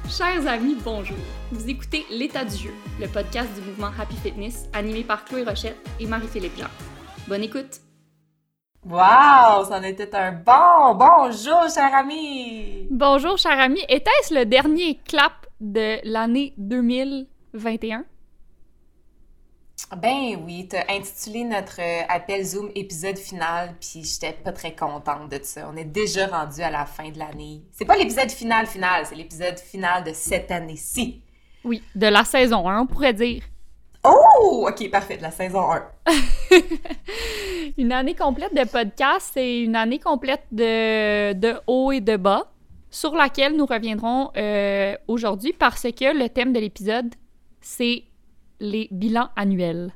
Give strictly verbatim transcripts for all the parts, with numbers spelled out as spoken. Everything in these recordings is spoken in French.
Chers amis, bonjour! Vous écoutez L'état du jeu, le podcast du mouvement Happy Fitness, animé par Chloé Rochette et Marie-Philippe Jean. Bonne écoute! Wow! Ça en était un bon bonjour, cher ami! Bonjour, cher ami! Était-ce le dernier clap de l'année deux mille vingt et un? Ben oui, t'as intitulé notre euh, appel Zoom épisode final, puis j'étais pas très contente de ça. On est déjà rendu à la fin de l'année. C'est pas l'épisode final final, c'est l'épisode final de cette année-ci. Oui, de la saison un, on pourrait dire. Oh! Ok, parfait, de la saison un. Une année complète de podcast, c'est une année complète de, de haut et de bas, sur laquelle nous reviendrons euh, aujourd'hui parce que le thème de l'épisode, c'est les bilans annuels.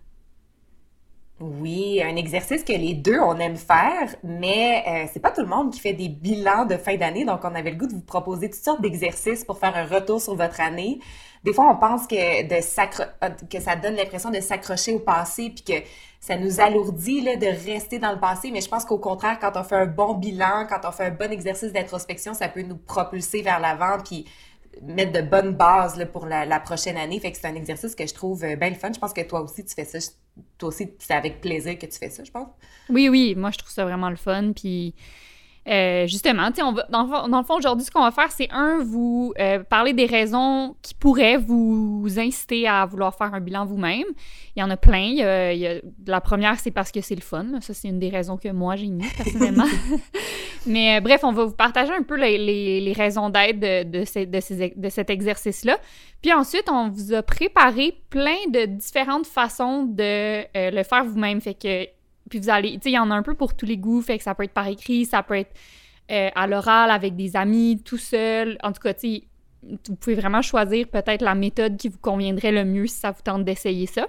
Oui, un exercice que les deux, on aime faire, mais euh, c'est pas tout le monde qui fait des bilans de fin d'année, donc on avait le goût de vous proposer toutes sortes d'exercices pour faire un retour sur votre année. Des fois, on pense que, de s'accro- que ça donne l'impression de s'accrocher au passé, puis que ça nous alourdit là, de rester dans le passé, mais je pense qu'au contraire, quand on fait un bon bilan, quand on fait un bon exercice d'introspection, ça peut nous propulser vers l'avant, puis mettre de bonnes bases là, pour la, la prochaine année. Fait que c'est un exercice que je trouve euh, bien le fun. Je pense que toi aussi, tu fais ça. Toi aussi, c'est avec plaisir que tu fais ça, je pense. Oui, oui, moi, je trouve ça vraiment le fun. Puis, euh, justement, tu sais, on va, dans, le fond- dans le fond, aujourd'hui, ce qu'on va faire, c'est, un, vous euh, parler des raisons qui pourraient vous inciter à vouloir faire un bilan vous-même. Il y en a plein. Il y a, il y a- la première, c'est parce que c'est le fun. Là. Ça, c'est une des raisons que moi, j'ai mis, personnellement. Mais euh, bref, on va vous partager un peu les, les- les raisons d'être de, de, ces- de ces- de cet exercice-là. Puis ensuite, on vous a préparé plein de différentes façons de euh, le faire vous-même. Fait que, puis vous allez, tu sais, il y en a un peu pour tous les goûts. Fait que ça peut être par écrit, ça peut être euh, à l'oral, avec des amis, tout seul. En tout cas, tu sais, vous pouvez vraiment choisir peut-être la méthode qui vous conviendrait le mieux si ça vous tente d'essayer ça.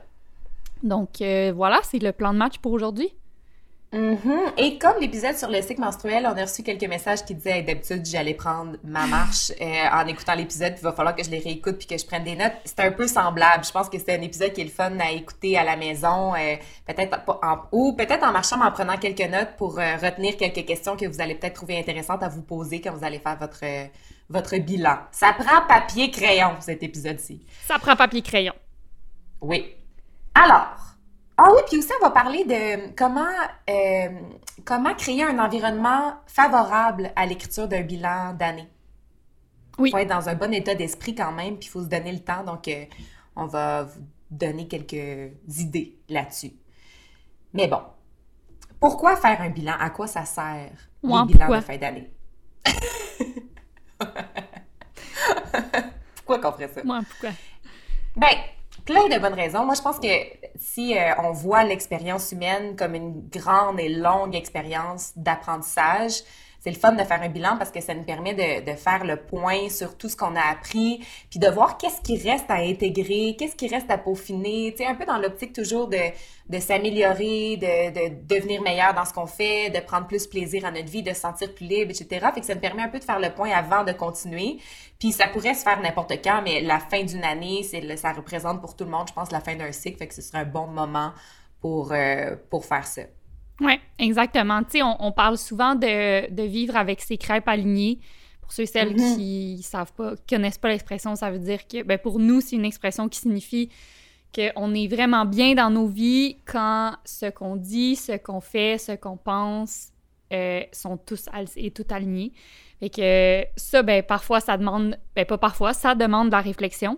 Donc euh, voilà, c'est le plan de match pour aujourd'hui. Mhm. Et comme l'épisode sur le cycle menstruel, on a reçu quelques messages qui disaient hey, d'habitude j'allais prendre ma marche euh, en écoutant l'épisode, puis il va falloir que je les réécoute puis que je prenne des notes. C'est un peu semblable. Je pense que c'est un épisode qui est le fun à écouter à la maison, euh, peut-être pas en, ou peut-être en marchant, mais en prenant quelques notes pour euh, retenir quelques questions que vous allez peut-être trouver intéressantes à vous poser quand vous allez faire votre euh, votre bilan. Ça prend papier crayon cet épisode-ci. Ça prend papier-crayon. Oui. Alors. Ah oui, puis aussi, on va parler de comment, euh, comment créer un environnement favorable à l'écriture d'un bilan d'année. Oui. Il faut être dans un bon état d'esprit quand même, puis il faut se donner le temps. Donc, euh, on va vous donner quelques idées là-dessus. Mais bon, pourquoi faire un bilan? À quoi ça sert, Ouais, les bilans pourquoi? de fin d'année? Pourquoi qu'on ferait ça? Moi, pourquoi? Ben, plein de bonnes raisons. Moi, je pense que si euh, on voit l'expérience humaine comme une grande et longue expérience d'apprentissage, c'est le fun de faire un bilan parce que ça nous permet de, de faire le point sur tout ce qu'on a appris, puis de voir qu'est-ce qui reste à intégrer, qu'est-ce qui reste à peaufiner, tu sais, un peu dans l'optique toujours de, de s'améliorer, de, de devenir meilleur dans ce qu'on fait, de prendre plus plaisir à notre vie, de se sentir plus libre, et cetera. Fait que ça nous permet un peu de faire le point avant de continuer. Puis ça pourrait se faire n'importe quand, mais la fin d'une année, c'est le- ça représente pour tout le monde, je pense, la fin d'un cycle, fait que ce serait un bon moment pour, euh, pour faire ça. Oui, exactement. Tu sais, on, on parle souvent de, de vivre avec ses crêpes alignées. Pour ceux et celles Mhm. qui savent pas, qui connaissent pas l'expression, ça veut dire que, ben pour nous, c'est une expression qui signifie qu'on est vraiment bien dans nos vies quand ce qu'on dit, ce qu'on fait, ce qu'on pense euh, sont tous al- et tout alignés. Fait que ça, ben parfois, ça demande, ben pas parfois, ça demande de la réflexion.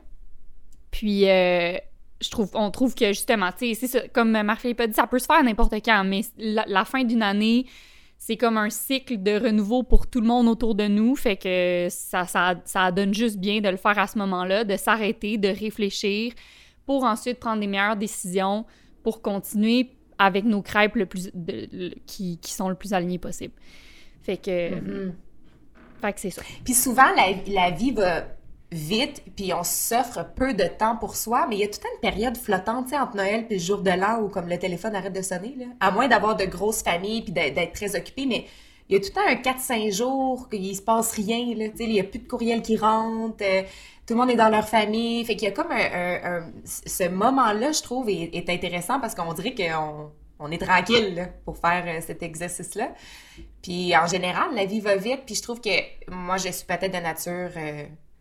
Puis, euh, je trouve, on trouve que justement, tu sais, c'est ça, comme Marie-Philippe a dit, ça peut se faire n'importe quand, mais la, la fin d'une année, c'est comme un cycle de renouveau pour tout le monde autour de nous, fait que ça, ça, ça donne juste bien de le faire à ce moment-là, de s'arrêter, de réfléchir, pour ensuite prendre des meilleures décisions, pour continuer avec nos crêpes le plus, de- le- qui, qui sont le plus alignés possible. Fait que, Mhm. fait que c'est ça. Puis souvent, la, la vie va vite, puis on s'offre peu de temps pour soi, mais il y a toute une période flottante, tu sais, entre Noël puis le jour de l'an où comme le téléphone arrête de sonner, là. À moins d'avoir de grosses familles puis d'être d'être très occupé, mais il y a tout le temps un quatre cinq jours qu'il se passe rien, là, tu sais, il y a plus de courriels qui rentrent, euh, tout le monde est dans leur famille, fait qu'il y a comme un, un- un- ce moment-là, je trouve, est, est intéressant parce qu'on dirait qu'on on est tranquille, là, pour faire euh, cet exercice-là. Puis en général, la vie va vite, puis je trouve que moi, je suis peut-être de nature... euh,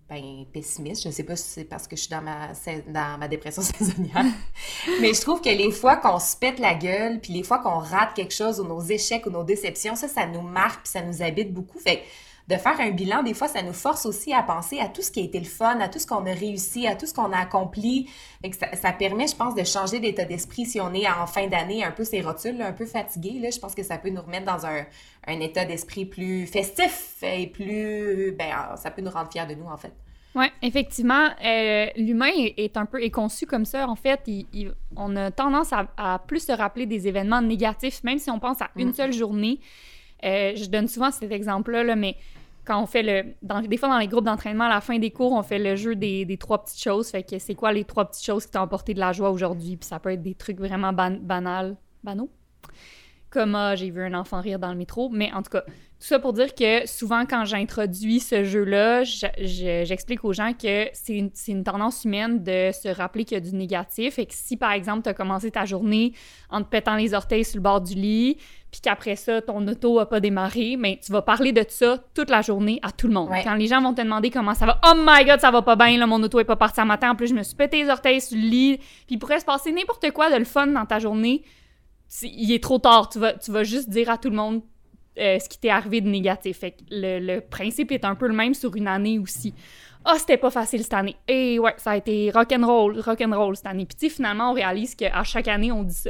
ben, pessimiste. Je sais pas si c'est parce que je suis dans ma, sais- dans ma dépression saisonnière. Mais je trouve que les fois qu'on se pète la gueule, puis les fois qu'on rate quelque chose, ou nos échecs, ou nos déceptions, ça, ça nous marque, puis ça nous habite beaucoup. Fait que de faire un bilan, des fois, ça nous force aussi à penser à tout ce qui a été le fun, à tout ce qu'on a réussi, à tout ce qu'on a accompli. Fait que ça, ça permet, je pense, de changer d'état d'esprit si on est en fin d'année un peu ces rotules, là, un peu fatigué. Là, je pense que ça peut nous remettre dans un, un état d'esprit plus festif et plus... Ben, ça peut nous rendre fiers de nous, en fait. Oui, effectivement, euh, l'humain est, est un peu est conçu comme ça. En fait, il, il- on a tendance à, à plus se rappeler des événements négatifs, même si on pense à une Mm. seule journée. Euh, je donne souvent cet exemple-là, là, mais quand on fait le... Dans, des fois, dans les groupes d'entraînement, à la fin des cours, on fait le jeu des, des trois petites choses. Fait que c'est quoi les trois petites choses qui t'ont apporté de la joie aujourd'hui? Puis ça peut être des trucs vraiment ban banals, banaux. Comme ah, j'ai vu un enfant rire dans le métro. Mais en tout cas, tout ça pour dire que souvent, quand j'introduis ce jeu-là, je- je- j'explique aux gens que c'est une, c'est une tendance humaine de se rappeler qu'il y a du négatif. Et que si, par exemple, tu as commencé ta journée en te pétant les orteils sur le bord du lit, puis qu'après ça, ton auto n'a pas démarré, mais tu vas parler de ça toute la journée à tout le monde. Ouais. Quand les gens vont te demander comment ça va, « Oh my God, ça va pas bien, là, mon auto est pas partie à matin. En plus, je me suis pété les orteils sur le lit. » Puis il pourrait se passer n'importe quoi de le fun dans ta journée. C'est- il est trop tard. Tu vas, tu vas juste dire à tout le monde euh, ce qui t'est arrivé de négatif. Fait que le, le principe est un peu le même sur une année aussi. Ah, c'était pas facile cette année. Et ouais, ça a été rock'n'roll, rock'n'roll cette année. Puis tu sais, finalement, on réalise qu'à chaque année, on dit ça.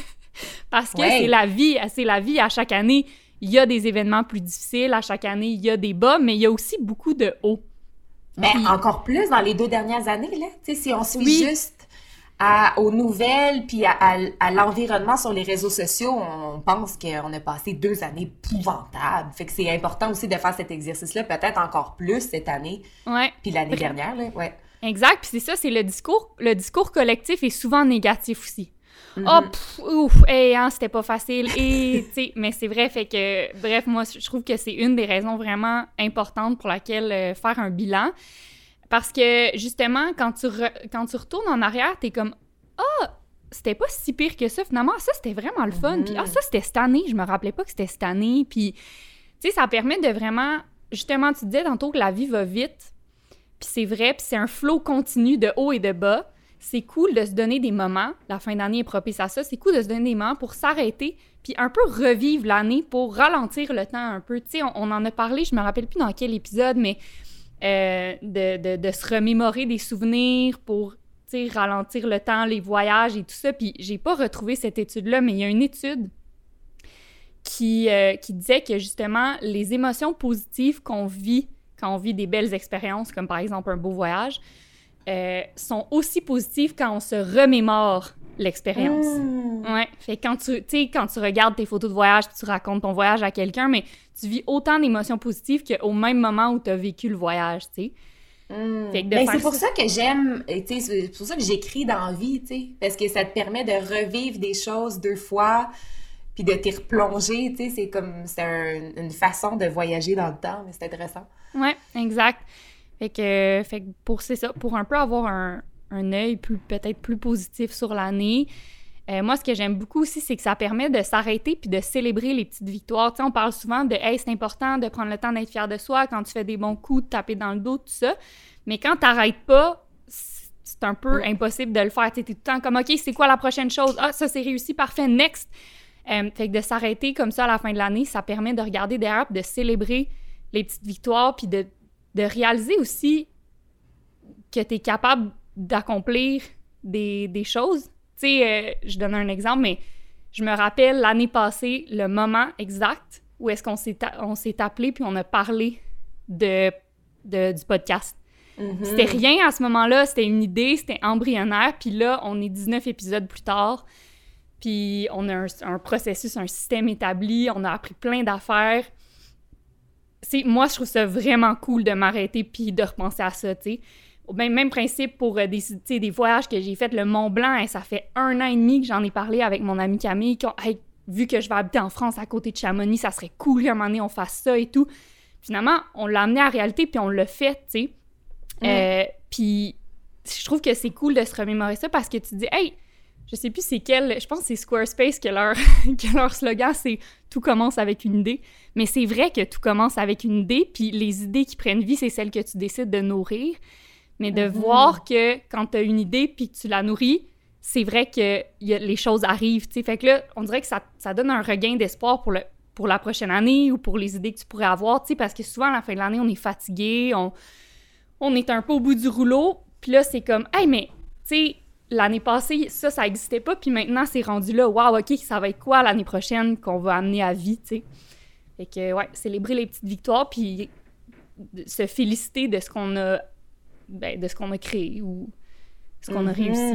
Parce que Ouais. c'est la vie, c'est la vie. À chaque année, il y a des événements plus difficiles. À chaque année, il y a des bas, mais il y a aussi beaucoup de hauts. Mais Puis- encore plus dans les deux dernières années, là. Tu sais, si on se fie Oui. juste à, aux nouvelles puis à, à- à l'environnement sur les réseaux sociaux, on pense qu'on a passé deux années épouvantables. Fait que c'est important aussi de faire cet exercice-là, peut-être encore plus cette année, Ouais. puis l'année Vra- dernière, là. Ouais. Exact, puis c'est ça, c'est le discours. Le discours collectif est souvent négatif aussi. Mhm. Oh, pff, ouf, hey, hein, c'était pas facile. Et, tu sais, mais c'est vrai, fait que, bref, moi, je trouve que c'est une des raisons vraiment importantes pour laquelle euh, faire un bilan. Parce que, justement, quand tu, re- quand tu retournes en arrière, t'es comme, ah, c'était pas si pire que ça, finalement. Ah, ça, c'était vraiment le fun. Mhm. Puis, ah, ça, c'était cette année. Je me rappelais pas que c'était cette année. Puis, tu sais, ça permet de vraiment, justement, tu disais tantôt que la vie va vite. Puis c'est vrai, puis c'est un flow continu de haut et de bas. C'est cool de se donner des moments, la fin d'année est propice à ça, c'est cool de se donner des moments pour s'arrêter, puis un peu revivre l'année pour ralentir le temps un peu. Tu sais, on, on en a parlé, je me rappelle plus dans quel épisode, mais euh, de, de, de se remémorer des souvenirs pour, tu sais, ralentir le temps, les voyages et tout ça. Puis j'ai pas retrouvé cette étude-là, mais il y a une étude qui, euh, qui disait que justement, les émotions positives qu'on vit quand on vit des belles expériences, comme par exemple un beau voyage, euh, sont aussi positives quand on se remémore l'expérience. Mm. Ouais, fait que quand tu, tu sais, quand tu regardes tes photos de voyage puis tu racontes ton voyage à quelqu'un, mais tu vis autant d'émotions positives qu'au même moment où tu as vécu le voyage, tu sais. Mm. Fait que de Ben, faire c'est pour ça- ça que j'aime, et tu sais, c'est pour ça que j'écris dans la vie, tu sais, parce que ça te permet de revivre des choses deux fois, puis de t'y replonger, tu sais, c'est comme, c'est un- une façon de voyager dans le temps, mais c'est intéressant. Ouais, exact. Fait que, fait que pour, c'est ça, pour un peu avoir un, un œil plus, peut-être plus positif sur l'année, euh, moi, ce que j'aime beaucoup aussi, c'est que ça permet de s'arrêter puis de célébrer les petites victoires. Tu sais, on parle souvent de « Hey, c'est important de prendre le temps d'être fier de soi quand tu fais des bons coups, de taper dans le dos, tout ça. » Mais quand t'arrêtes pas, c'est c'est un peu Ouais. impossible de le faire. Tu sais, t'es tout le temps comme « OK, c'est quoi la prochaine chose? Ah, ça, c'est réussi, parfait, next! Euh, » Fait que de s'arrêter comme ça à la fin de l'année, ça permet de regarder derrière puis de célébrer les petites victoires puis de, de réaliser aussi que tu es capable d'accomplir des, des choses. Tu sais, euh, je donne un exemple, mais je me rappelle l'année passée, le moment exact où est-ce qu'on s'est, a- on s'est appelé puis on a parlé de, de- du podcast. Mhm. C'était rien à ce moment-là, c'était une idée, c'était embryonnaire, puis là, on est dix-neuf épisodes plus tard, puis on a un, un processus, un système établi, on a appris plein d'affaires. C'est, moi, je trouve ça vraiment cool de m'arrêter puis de repenser à ça, tu sais. Au Même, même principe pour euh, des, tu sais, des voyages que j'ai fait, le Mont Blanc, hein, ça fait un an et demi que j'en ai parlé avec mon amie Camille, qu'on, hey, vu que je vais habiter en France à côté de Chamonix, ça serait cool qu'à un moment donné, on fasse ça et tout. Finalement, on l'a amené à la réalité puis on l'a fait, tu sais. Mm. Euh, puis je trouve que c'est cool de se remémorer ça parce que tu dis, hey, je sais plus c'est quel, je pense que c'est Squarespace que leur, que leur slogan, c'est « Tout commence avec une idée ». Mais c'est vrai que tout commence avec une idée, puis les idées qui prennent vie, c'est celles que tu décides de nourrir. Mais de mm-hmm. voir que quand tu as une idée puis que tu la nourris, c'est vrai que y a, les choses arrivent, tu sais. Fait que là, on dirait que ça, ça donne un regain d'espoir pour, le, pour la prochaine année ou pour les idées que tu pourrais avoir, tu sais, parce que souvent, à la fin de l'année, on est fatigué, on, on est un peu au bout du rouleau, puis là, c'est comme « Hey, mais, tu sais, l'année passée, ça, ça n'existait pas, puis maintenant, c'est rendu là. Wow, OK, ça va être quoi l'année prochaine qu'on va amener à vie, tu sais. » Fait que, ouais, célébrer les petites victoires, puis se féliciter de ce qu'on a, ben, de ce qu'on a créé ou ce qu'on mm-hmm. a réussi.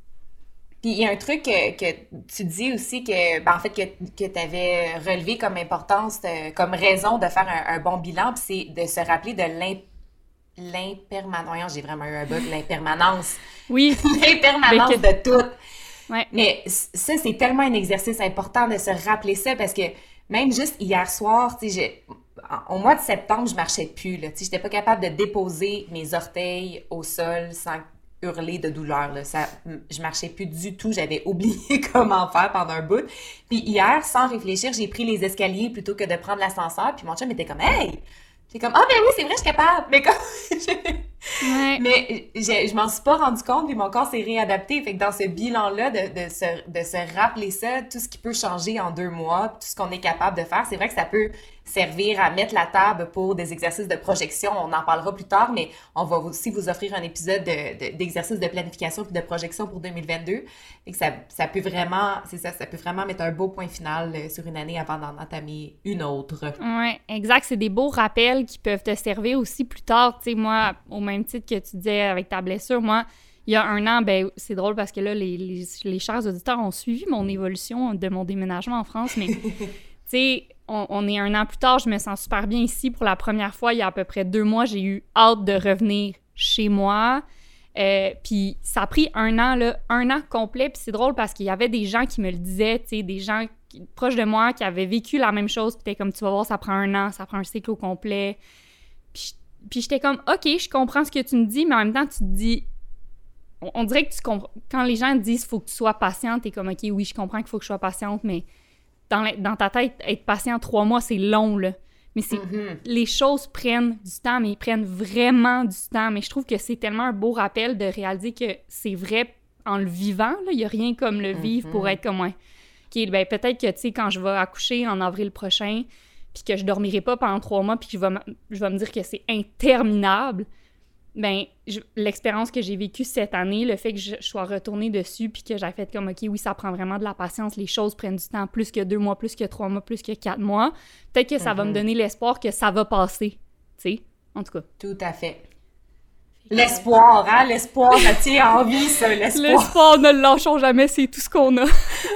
Puis il y a un truc que, que tu dis aussi que, ben, en fait, que, que tu avais relevé comme importance, euh, comme raison de faire un, un bon bilan, puis c'est de se rappeler de l'imp- l'impermanence. J'ai vraiment eu un bug, l'impermanence. Oui. L'impermanence que... de tout. Ouais. Mais ça, c'est tellement un exercice important de se rappeler ça parce que même juste hier soir, tu sais, au mois de septembre, je marchais plus, là. Tu sais, j'étais pas capable de déposer mes orteils au sol sans hurler de douleur, là. Ça, je marchais plus du tout. J'avais oublié comment faire pendant un bout. Puis hier, sans réfléchir, j'ai pris les escaliers plutôt que de prendre l'ascenseur. Puis mon chum était comme « Hey! » J'étais comme « Ah, ben oui, c'est vrai, je suis capable! » Mais comme... ouais. Mais je, je m'en suis pas rendu compte, puis mon corps s'est réadapté. Fait que dans ce bilan-là, de, de, se, de se rappeler ça, tout ce qui peut changer en deux mois, tout ce qu'on est capable de faire, c'est vrai que ça peut servir à mettre la table pour des exercices de projection. On en parlera plus tard, mais on va aussi vous offrir un épisode de, de, d'exercices de planification et de projection pour deux mille vingt-deux. Fait que ça, ça peut vraiment, c'est ça, ça peut vraiment mettre un beau point final sur une année avant d'en entamer une autre. Oui, exact. C'est des beaux rappels qui peuvent te servir aussi plus tard. Tu sais, moi, au même titre que tu disais avec ta blessure, moi, il y a un an, ben c'est drôle parce que là, les, les, les chers auditeurs ont suivi mon évolution de mon déménagement en France, mais tu sais, on, on est un an plus tard, je me sens super bien ici. Pour la première fois, il y a à peu près deux mois, j'ai eu hâte de revenir chez moi. Euh, puis ça a pris un an, là, un an complet. Puis c'est drôle parce qu'il y avait des gens qui me le disaient, tu sais, des gens qui, proches de moi qui avaient vécu la même chose. Puis t'es comme, tu vas voir, ça prend un an, ça prend un cycle au complet. Puis, puis j'étais comme, OK, je comprends ce que tu me dis, mais en même temps, tu te dis... On, on dirait que tu comprends... Quand les gens disent « faut que tu sois patiente », t'es comme « OK, oui, je comprends qu'il faut que je sois patiente, mais dans, la, dans ta tête, être patient trois mois, c'est long, là. » Mais c'est, mm-hmm. les choses prennent du temps, mais ils prennent vraiment du temps. Mais je trouve que c'est tellement un beau rappel de réaliser que c'est vrai en le vivant. Il n'y a rien comme le vivre mm-hmm. pour être comme moi. Okay, ben, peut-être que, tu sais, quand je vais accoucher en avril prochain, puis que je dormirai pas pendant trois mois, puis que je vais, m- je vais me dire que c'est interminable, ben je, l'expérience que j'ai vécue cette année, le fait que je, je sois retournée dessus, puis que j'ai fait comme, OK, oui, ça prend vraiment de la patience, les choses prennent du temps, plus que deux mois, plus que trois mois, plus que quatre mois, peut-être que ça mm-hmm. va me donner l'espoir que ça va passer, tu sais, en tout cas. Tout à fait. L'espoir, hein, l'espoir, ça tient en vie, ça, l'espoir. L'espoir, ne le lâchons jamais, c'est tout ce qu'on a.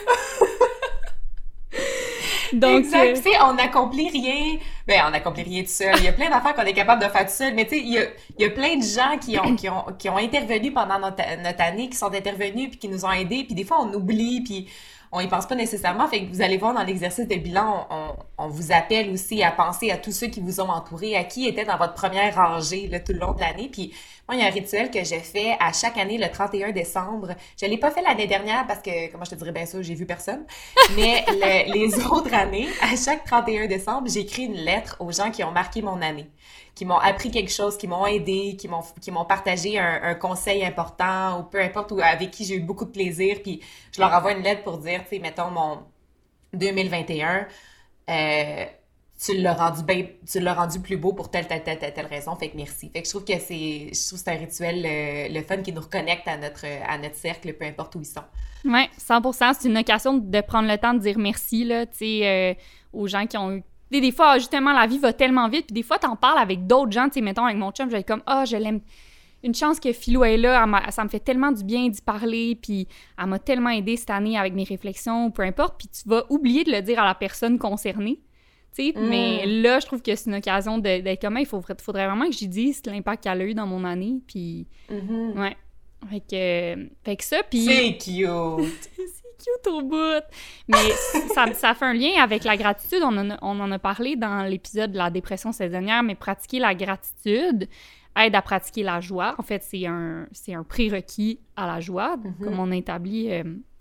Donc, exact. Euh... Tu sais, on n'accomplit rien. Ben, on n'accomplit rien tout seul. Il y a plein d'affaires qu'on est capable de faire tout seul. Mais tu sais, il y a, il y a plein de gens qui ont, qui ont, qui ont intervenu pendant notre, notre année, qui sont intervenus puis qui nous ont aidés. Puis des fois, on oublie, puis on y pense pas nécessairement. Fait que vous allez voir dans l'exercice de bilan, on, on vous appelle aussi à penser à tous ceux qui vous ont entouré, à qui étaient dans votre première rangée là, tout le long de l'année. Puis moi, il y a un rituel que je fais à chaque année le trente et un décembre. Je l'ai pas fait l'année dernière parce que, comment je te dirais bien ça, j'ai vu personne. Mais le, les autres années, à chaque trente et un décembre, j'écris une lettre aux gens qui ont marqué mon année, qui m'ont appris quelque chose, qui m'ont aidé, qui m'ont qui m'ont partagé un, un conseil important ou peu importe, ou avec qui j'ai eu beaucoup de plaisir. Puis je leur envoie une lettre pour dire, tu sais, mettons mon deux mille vingt et un, euh, tu l'as rendu bien, tu l'as rendu plus beau pour telle, telle, telle, telle, telle raison. Fait que merci. Fait que je trouve que c'est, je trouve que c'est un rituel, euh, le fun qui nous reconnecte à notre, à notre cercle, peu importe où ils sont. Oui, cent pour cent. C'est une occasion de prendre le temps de dire merci, là, tu sais, euh, aux gens qui ont eu. Des, des fois, justement, la vie va tellement vite, puis des fois, t'en parles avec d'autres gens, tu sais, mettons, avec mon chum, j'ai comme, ah, oh, je l'aime. Une chance que Philou est là, ça me fait tellement du bien d'y parler, puis elle m'a tellement aidée cette année avec mes réflexions, peu importe, puis tu vas oublier de le dire à la personne concernée. Mm. Mais là, je trouve que c'est une occasion de, d'être comme, il faudrait, faudrait vraiment que j'y dise l'impact qu'elle a eu dans mon année. Puis, mm-hmm. ouais. Fait que, fait que ça, puis... C'est cute! C'est cute au bout! Mais ça, ça fait un lien avec la gratitude. On en a, on en a parlé dans l'épisode de la dépression saisonnière, mais pratiquer la gratitude aide à pratiquer la joie. En fait, c'est un, c'est un prérequis à la joie, mm-hmm. comme on a établi euh,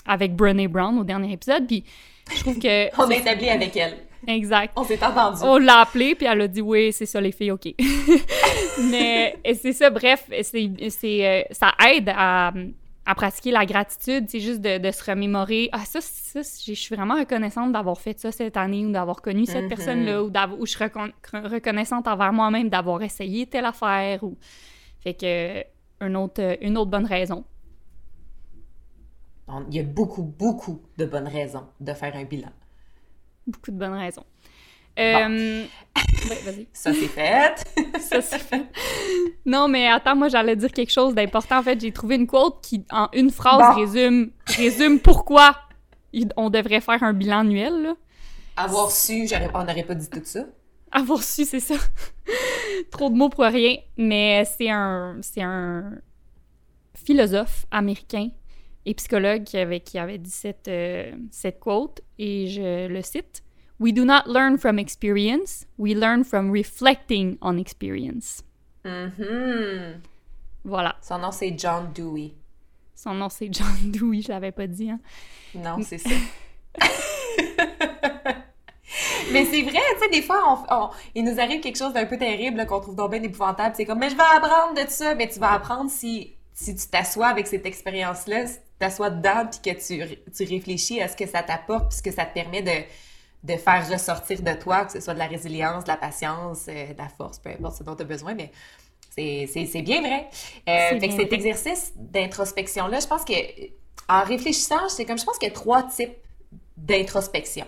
avec Brené Brown au dernier épisode, puis je trouve que... On a établi avec elle. Exact. On s'est entendu. On l'a appelée, puis elle a dit « Oui, c'est ça, les filles, OK. » Mais c'est ça, bref, c'est, c'est, euh, ça aide à, à pratiquer la gratitude, c'est juste de, de se remémorer « Ah, ça, ça, je suis vraiment reconnaissante d'avoir fait ça cette année, ou d'avoir connu cette mm-hmm. personne-là, ou, ou je suis recon- reconnaissante envers moi-même d'avoir essayé telle affaire. » ou Fait que, une autre, une autre bonne raison. Il y a beaucoup, beaucoup de bonnes raisons de faire un bilan. Beaucoup de bonnes raisons. Euh... Bon. Ouais, vas-y. Ça, c'est fait. Ça, c'est fait. Non, mais attends, moi, j'allais dire quelque chose d'important. En fait, j'ai trouvé une quote qui, en une phrase, bon. résume, résume pourquoi on devrait faire un bilan annuel. Là. Avoir su, j'aurais, on n'aurait pas dit tout ça. Avoir su, c'est ça. Trop de mots pour rien. Mais c'est un, c'est un philosophe américain et psychologue qui avait, qui avait dit cette, euh, cette quote, et je le cite. « We do not learn from experience, we learn from reflecting on experience. » Mm-hmm. Voilà. Son nom, c'est John Dewey. Son nom, c'est John Dewey, je l'avais pas dit, hein? Non, c'est ça. Mais c'est vrai, tu sais, des fois, on, on, il nous arrive quelque chose d'un peu terrible, là, qu'on trouve donc bien épouvantable. C'est comme, mais je vais apprendre de ça. Mais tu vas apprendre si, si tu t'assois avec cette expérience-là, si tu t'assois dedans, puis que tu, tu réfléchis à ce que ça t'apporte, puis ce que ça te permet de, de faire ressortir de toi, que ce soit de la résilience, de la patience, euh, de la force, peu importe ce dont tu as besoin, mais c'est, c'est, c'est bien vrai. Euh, fait bien que cet vrai. exercice d'introspection-là, je pense que, en réfléchissant, c'est comme, je pense qu'il y a trois types d'introspection.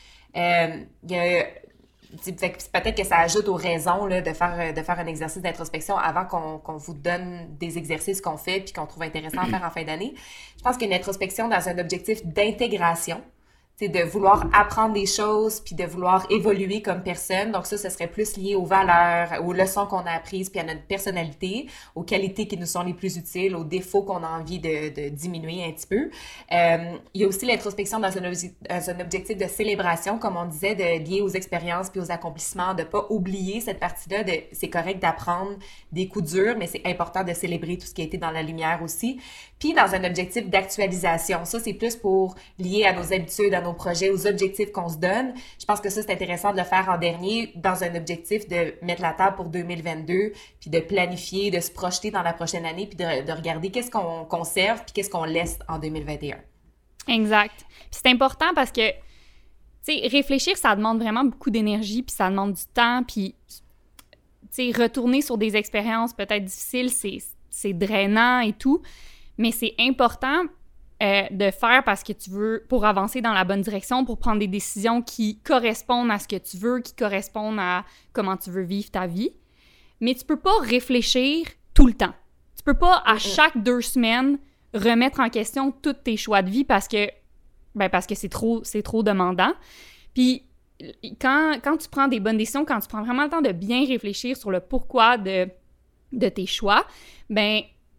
Euh, il y a, peut-être que ça ajoute aux raisons là, de, faire, de faire un exercice d'introspection avant qu'on, qu'on vous donne des exercices qu'on fait puis qu'on trouve intéressant à faire en fin d'année. Je pense qu'une introspection dans un objectif d'intégration, c'est de vouloir apprendre des choses puis de vouloir évoluer comme personne. Donc ça, ce serait plus lié aux valeurs, aux leçons qu'on a apprises puis à notre personnalité, aux qualités qui nous sont les plus utiles, aux défauts qu'on a envie de, de diminuer un petit peu. Euh, il y a aussi l'introspection dans un, obje- dans un objectif de célébration, comme on disait, de lié aux expériences puis aux accomplissements, de pas oublier cette partie-là. De, c'est correct d'apprendre des coups durs, mais c'est important de célébrer tout ce qui a été dans la lumière aussi. Puis dans un objectif d'actualisation, ça c'est plus pour lier à nos habitudes, à nos projets, aux objectifs qu'on se donne. Je pense que ça c'est intéressant de le faire en dernier dans un objectif de mettre la table pour deux mille vingt-deux, puis de planifier, de se projeter dans la prochaine année, puis de, de regarder qu'est-ce qu'on conserve, puis qu'est-ce qu'on laisse en deux mille vingt et un. Exact. Puis c'est important parce que, tu sais, réfléchir, ça demande vraiment beaucoup d'énergie, puis ça demande du temps, puis, tu sais, retourner sur des expériences peut-être difficiles, c'est, c'est drainant et tout. Mais c'est important euh, de faire parce que tu veux, pour avancer dans la bonne direction, pour prendre des décisions qui correspondent à ce que tu veux, qui correspondent à comment tu veux vivre ta vie. Mais tu peux pas réfléchir tout le temps. Tu peux pas, à chaque deux semaines, remettre en question tous tes choix de vie parce que, ben parce que c'est trop, c'est trop demandant. Puis, quand, quand tu prends des bonnes décisions, quand tu prends vraiment le temps de bien réfléchir sur le pourquoi de, de tes choix, ben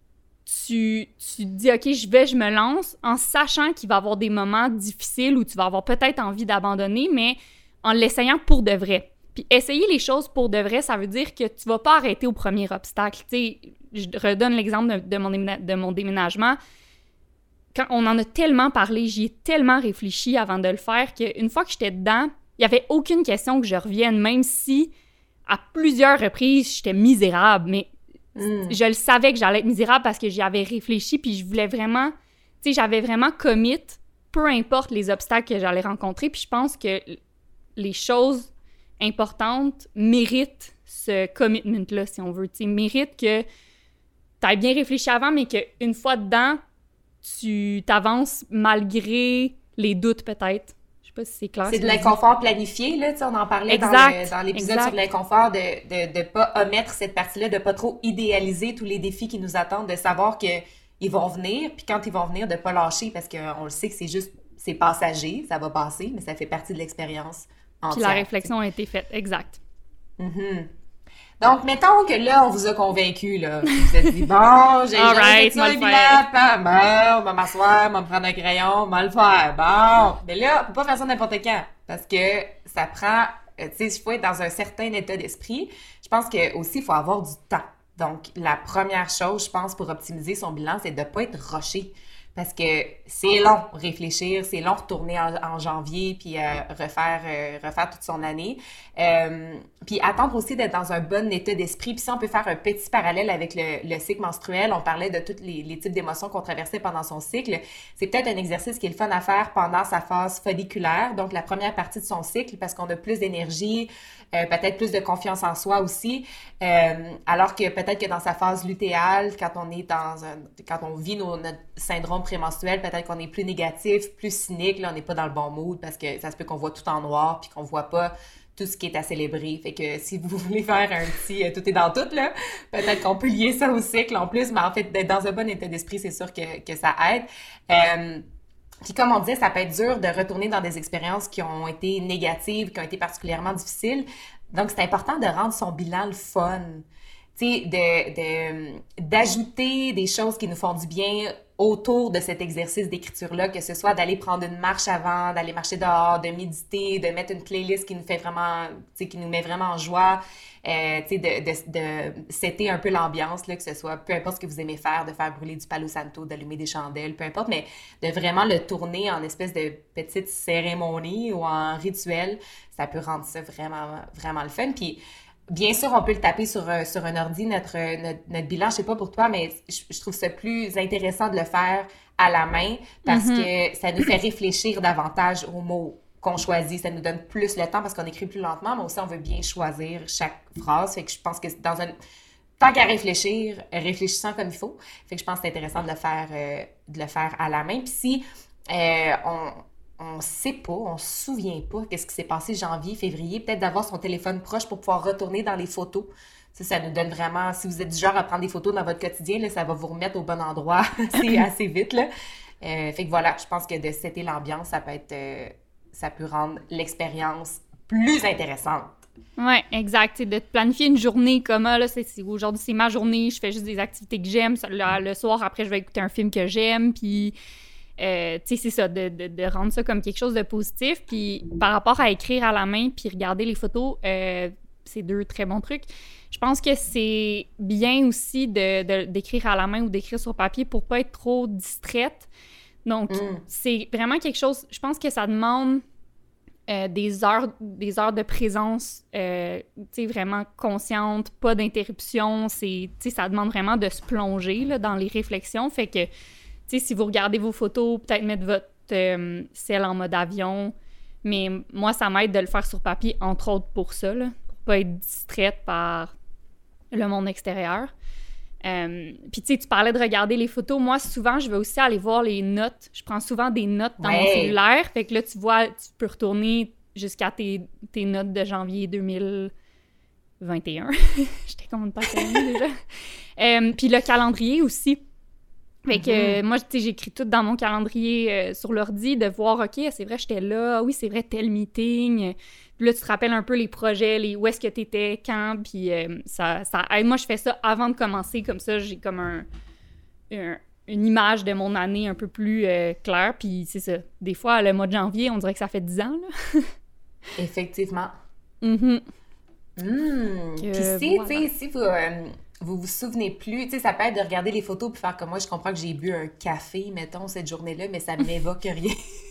Tu, tu te dis, OK, je vais, je me lance, en sachant qu'il va y avoir des moments difficiles où tu vas avoir peut-être envie d'abandonner, mais en l'essayant pour de vrai. Puis essayer les choses pour de vrai, ça veut dire que tu vas pas arrêter au premier obstacle. Tu sais, je redonne l'exemple de, de, mon, déména- de mon déménagement. Quand on en a tellement parlé, j'y ai tellement réfléchi avant de le faire qu'une fois que j'étais dedans, il n'y avait aucune question que je revienne, même si à plusieurs reprises, j'étais misérable, mais Mm. je le savais que j'allais être misérable parce que j'y avais réfléchi puis je voulais vraiment, tu sais, j'avais vraiment commit, peu importe les obstacles que j'allais rencontrer, puis je pense que les choses importantes méritent ce commitment-là, si on veut, tu sais, méritent que tu aies bien réfléchi avant, mais qu'une fois dedans, tu t'avances malgré les doutes peut-être. Je sais pas si c'est clair. C'est de l'inconfort planifié, là, tu sais, on en parlait dans, le, dans l'épisode exact. Sur l'inconfort, de de de pas omettre cette partie-là, de pas trop idéaliser tous les défis qui nous attendent, de savoir que ils vont venir, puis quand ils vont venir, de pas lâcher, parce qu'on le sait que c'est juste, c'est passager, ça va passer, mais ça fait partie de l'expérience entière. Puis la réflexion a été faite, exact. Mm-hmm. Donc, mettons que là, on vous a convaincu, là. Vous vous êtes dit, bon, j'ai right, fait ça, le bilan, bon, on va m'asseoir, on va me prendre un crayon, on va le faire, bon. Mais là, on peut pas faire ça n'importe quand, parce que ça prend, tu sais, il faut être dans un certain état d'esprit. Je pense que aussi, il faut avoir du temps. Donc, la première chose, je pense, pour optimiser son bilan, c'est de pas être rushé. Parce que c'est long réfléchir, c'est long retourner en, en janvier puis euh, refaire euh, refaire toute son année. Euh, puis attendre aussi d'être dans un bon état d'esprit. Puis si on peut faire un petit parallèle avec le, le cycle menstruel, on parlait de tous les, les types d'émotions qu'on traversait pendant son cycle. C'est peut-être un exercice qui est le fun à faire pendant sa phase folliculaire, donc la première partie de son cycle, parce qu'on a plus d'énergie, euh, peut-être plus de confiance en soi aussi. Euh, alors que peut-être que dans sa phase lutéale, quand on est dans un, quand on vit nos, notre syndrome prémenstruel, peut-être qu'on est plus négatif, plus cynique, là, on n'est pas dans le bon mood parce que ça se peut qu'on voit tout en noir puis qu'on voit pas tout ce qui est à célébrer. Fait que si vous voulez faire un petit euh, tout est dans tout, là, peut-être qu'on peut lier ça au cycle en plus, mais en fait, d'être dans un bon état d'esprit, c'est sûr que, que ça aide. Euh, Puis comme on disait, ça peut être dur de retourner dans des expériences qui ont été négatives, qui ont été particulièrement difficiles. Donc, c'est important de rendre son bilan le fun. Tu sais, de, de, d'ajouter des choses qui nous font du bien autour de cet exercice d'écriture-là, que ce soit d'aller prendre une marche avant, d'aller marcher dehors, de méditer, de mettre une playlist qui nous fait vraiment, tu sais, qui nous met vraiment en joie, euh, tu sais, de, de, de setter un peu l'ambiance, là, que ce soit, peu importe ce que vous aimez faire, de faire brûler du Palo Santo, d'allumer des chandelles, peu importe, mais de vraiment le tourner en espèce de petite cérémonie ou en rituel, ça peut rendre ça vraiment, vraiment le fun. Puis, bien sûr, on peut le taper sur, euh, sur un ordi, notre, notre, notre bilan. Je sais pas pour toi, mais je, je trouve ça plus intéressant de le faire à la main parce mm-hmm. que ça nous fait réfléchir davantage aux mots qu'on choisit. Ça nous donne plus le temps parce qu'on écrit plus lentement, mais aussi on veut bien choisir chaque phrase. Fait que je pense que dans un... Tant qu'à réfléchir, réfléchissant comme il faut. Fait que je pense que c'est intéressant de le faire, euh, de le faire à la main. Puis si euh, on... on sait pas, on se souvient pas qu'est-ce qui s'est passé janvier, février, peut-être d'avoir son téléphone proche pour pouvoir retourner dans les photos. Ça, ça nous donne vraiment, si vous êtes du genre à prendre des photos dans votre quotidien, là, ça va vous remettre au bon endroit assez, assez vite, là. Euh, fait que voilà, je pense que de setter l'ambiance, ça peut être, euh, ça peut rendre l'expérience plus intéressante. Oui, exact. C'est de planifier une journée comme ah, là, c'est, c'est, aujourd'hui c'est ma journée, je fais juste des activités que j'aime. Le, le soir, après, je vais écouter un film que j'aime, puis Euh, tu sais, c'est ça, de, de, de rendre ça comme quelque chose de positif. Puis par rapport à écrire à la main puis regarder les photos, euh, c'est deux très bons trucs. Je pense que c'est bien aussi de, de, d'écrire à la main ou d'écrire sur papier pour pas être trop distraite. Donc, mm. c'est vraiment quelque chose... Je pense que ça demande euh, des heures des heures de présence, euh, tu sais, vraiment consciente, pas d'interruption. C'est, tu sais, ça demande vraiment de se plonger là, dans les réflexions. Fait que tu sais, si vous regardez vos photos, peut-être mettre votre euh, celle en mode avion. Mais moi, ça m'aide de le faire sur papier, entre autres pour ça, là, pour pas être distraite par le monde extérieur. Euh, Puis tu sais, tu parlais de regarder les photos. Moi, souvent, je vais aussi aller voir les notes. Je prends souvent des notes dans ouais. mon cellulaire. Fait que là, tu vois, tu peux retourner jusqu'à tes, tes notes de janvier deux mille vingt et un. J'étais comme une passionnée déjà. Euh, Puis le calendrier aussi. Fait que mm-hmm. euh, moi, tu sais, j'écris tout dans mon calendrier euh, sur l'ordi, de voir, OK, c'est vrai, j'étais là, oui, c'est vrai, tel meeting. Puis là, tu te rappelles un peu les projets, les où est-ce que t'étais, quand, puis euh, ça, ça aide. Moi, je fais ça avant de commencer, comme ça, j'ai comme un, un une image de mon année un peu plus euh, claire, puis c'est ça. Des fois, le mois de janvier, on dirait que ça fait dix ans, là. Effectivement. Mm-hmm. Mmh. Puis si, voilà. tu sais, si vous... Euh... vous vous souvenez plus, tu sais, ça peut être de regarder les photos puis faire comme moi, je comprends que j'ai bu un café, mettons, cette journée-là, mais ça m'évoque rien.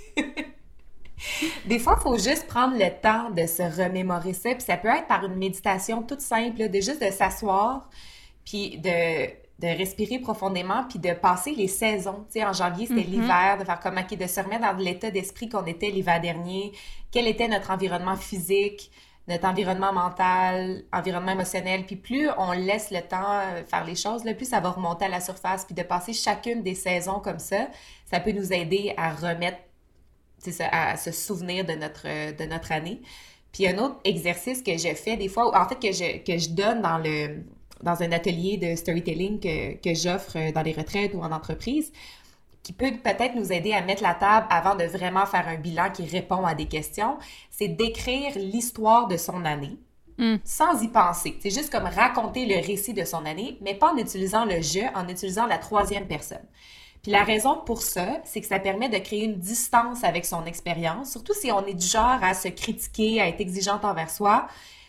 Des fois, il faut juste prendre le temps de se remémorer ça, puis ça peut être par une méditation toute simple, là, de juste de s'asseoir, puis de, de respirer profondément, puis de passer les saisons. Tu sais, en janvier, c'était mm-hmm. l'hiver, de faire comme, OK, de se remettre dans l'état d'esprit qu'on était l'hiver dernier, quel était notre environnement physique, notre environnement mental, environnement émotionnel. Puis plus on laisse le temps faire les choses, là, plus ça va remonter à la surface. Puis de passer chacune des saisons comme ça, ça peut nous aider à remettre, c'est ça, à se souvenir de notre, de notre année. Puis un autre exercice que je fais des fois, en fait que je, que je donne dans, le, dans un atelier de storytelling que, que j'offre dans les retraites ou en entreprise, qui peut peut-être nous aider à mettre la table avant de vraiment faire un bilan qui répond à des questions, c'est d'écrire l'histoire de son année mm. sans y penser. C'est juste comme raconter le récit de son année, mais pas en utilisant le « je », en utilisant la troisième personne. Puis la raison pour ça, c'est que ça permet de créer une distance avec son expérience, surtout si on est du genre à se critiquer, à être exigeante envers soi.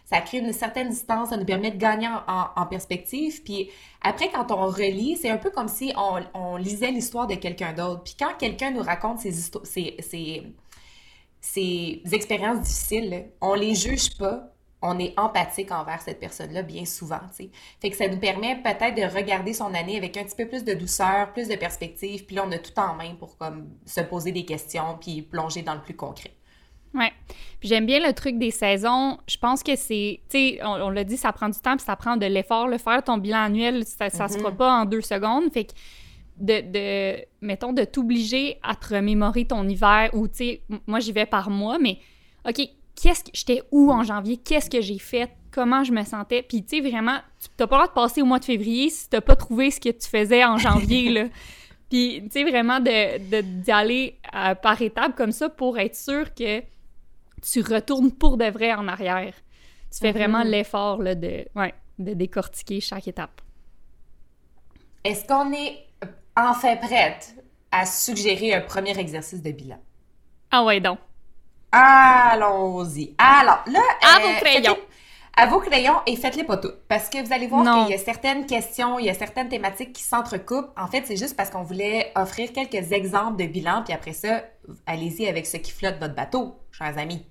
ça crée une certaine distance, ça nous permet de gagner en, en- en perspective. Puis après, quand on relit, c'est un peu comme si on, on lisait l'histoire de quelqu'un d'autre. Puis quand quelqu'un nous raconte ses, histo- ses, ses, ses expériences difficiles, là, on les juge pas. On est empathique envers cette personne-là bien souvent, tu sais. Fait que ça nous permet peut-être de regarder son année avec un petit peu plus de douceur, plus de perspective, puis là, on a tout en main pour comme se poser des questions puis plonger dans le plus concret. Ouais. Puis j'aime bien le truc des saisons. Je pense que c'est, tu sais, on, on l'a dit, ça prend du temps puis ça prend de l'effort. Le faire ton bilan annuel, ça, ça se fera Mhm. pas en deux secondes. Fait que de, de mettons, de t'obliger à te remémorer ton hiver ou, tu sais, m- moi, j'y vais par mois, mais OK, qu'est-ce que, j'étais où en janvier? Qu'est-ce que j'ai fait? Comment je me sentais? Puis, tu sais, vraiment, tu t'as pas le droit de passer au mois de février si t'as pas trouvé ce que tu faisais en janvier, là. Puis, tu sais, vraiment de, de, d'y aller euh, par étapes comme ça pour être sûr que tu retournes pour de vrai en arrière. Tu fais vraiment Mhm. l'effort là, de, ouais, de décortiquer chaque étape. Est-ce qu'on est enfin prête à suggérer un premier exercice de bilan? Ah ouais, donc. Allons-y. Alors, là, À vos euh, crayons. faites-les à vos crayons et faites-les pas toutes. Parce que vous allez voir qu'il Non. y a certaines questions, il y a certaines thématiques qui s'entrecoupent. En fait, c'est juste parce qu'on voulait offrir quelques exemples de bilan, puis après ça, allez-y avec ce qui flotte votre bateau, chers amis.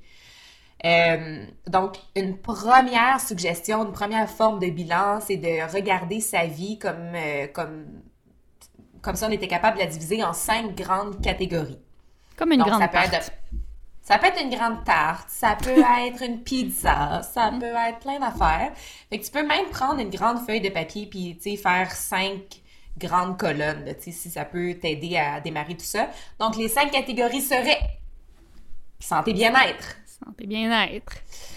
Euh, donc, une première suggestion, une première forme de bilan, c'est de regarder sa vie comme, euh, comme, comme si on était capable de la diviser en cinq grandes catégories. Comme une Donc, ça grande peut être tarte. ça peut être une grande tarte, ça peut être une pizza, ça peut être plein d'affaires. Fait que tu peux même prendre une grande feuille de papier puis, tu sais, faire cinq grandes colonnes, là, tu sais, si ça peut t'aider à démarrer tout ça. Donc, les cinq catégories seraient santé bien-être, Santé, bien-être.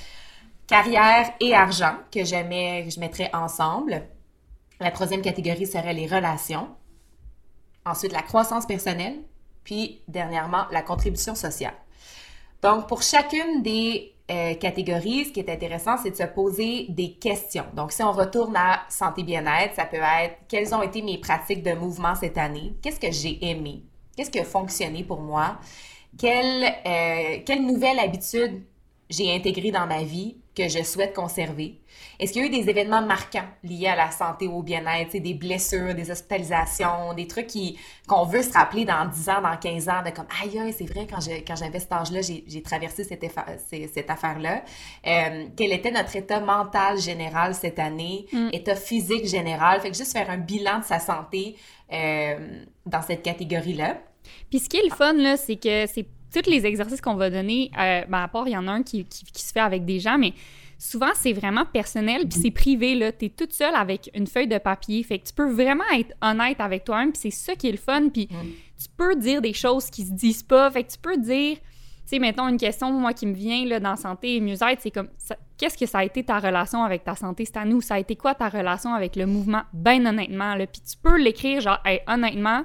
carrière et argent, que je mets, que je mettrais ensemble. La troisième catégorie serait les relations. Ensuite, la croissance personnelle. Puis, dernièrement, la contribution sociale. Donc, pour chacune des euh, catégories, ce qui est intéressant, c'est de se poser des questions. Donc, si on retourne à santé bien-être, ça peut être quelles ont été mes pratiques de mouvement cette année? Qu'est-ce que j'ai aimé? Qu'est-ce qui a fonctionné pour moi? Quelle, euh, quelle nouvelle habitude j'ai intégrée dans ma vie que je souhaite conserver? Est-ce qu'il y a eu des événements marquants liés à la santé ou au bien-être, tu sais, des blessures, des hospitalisations, des trucs qui, qu'on veut se rappeler dans dix ans, dans quinze ans, de comme, aïe, aïe, c'est vrai, quand, je, quand j'avais cet âge-là, j'ai, j'ai traversé cette, effa- c'est- cette affaire-là. Euh, quel était notre état mental général cette année, Mm. état physique général? Fait que juste faire un bilan de sa santé euh, dans cette catégorie-là. Puis ce qui est le fun, là, c'est que c'est tous les exercices qu'on va donner, euh, ben, à part, il y en a un qui, qui, qui se fait avec des gens, mais souvent, c'est vraiment personnel, puis c'est privé, là. T'es toute seule avec une feuille de papier, fait que tu peux vraiment être honnête avec toi-même, puis c'est ça qui est le fun, puis Mm. tu peux dire des choses qui se disent pas, fait que tu peux dire, tu sais, mettons, une question, moi, qui me vient, là, dans santé et mieux-être, c'est comme, ça- qu'est-ce que ça a été ta relation avec ta santé cette année, ou ça a été quoi ta relation avec le mouvement, ben honnêtement, là, puis tu peux l'écrire, genre, hey, honnêtement,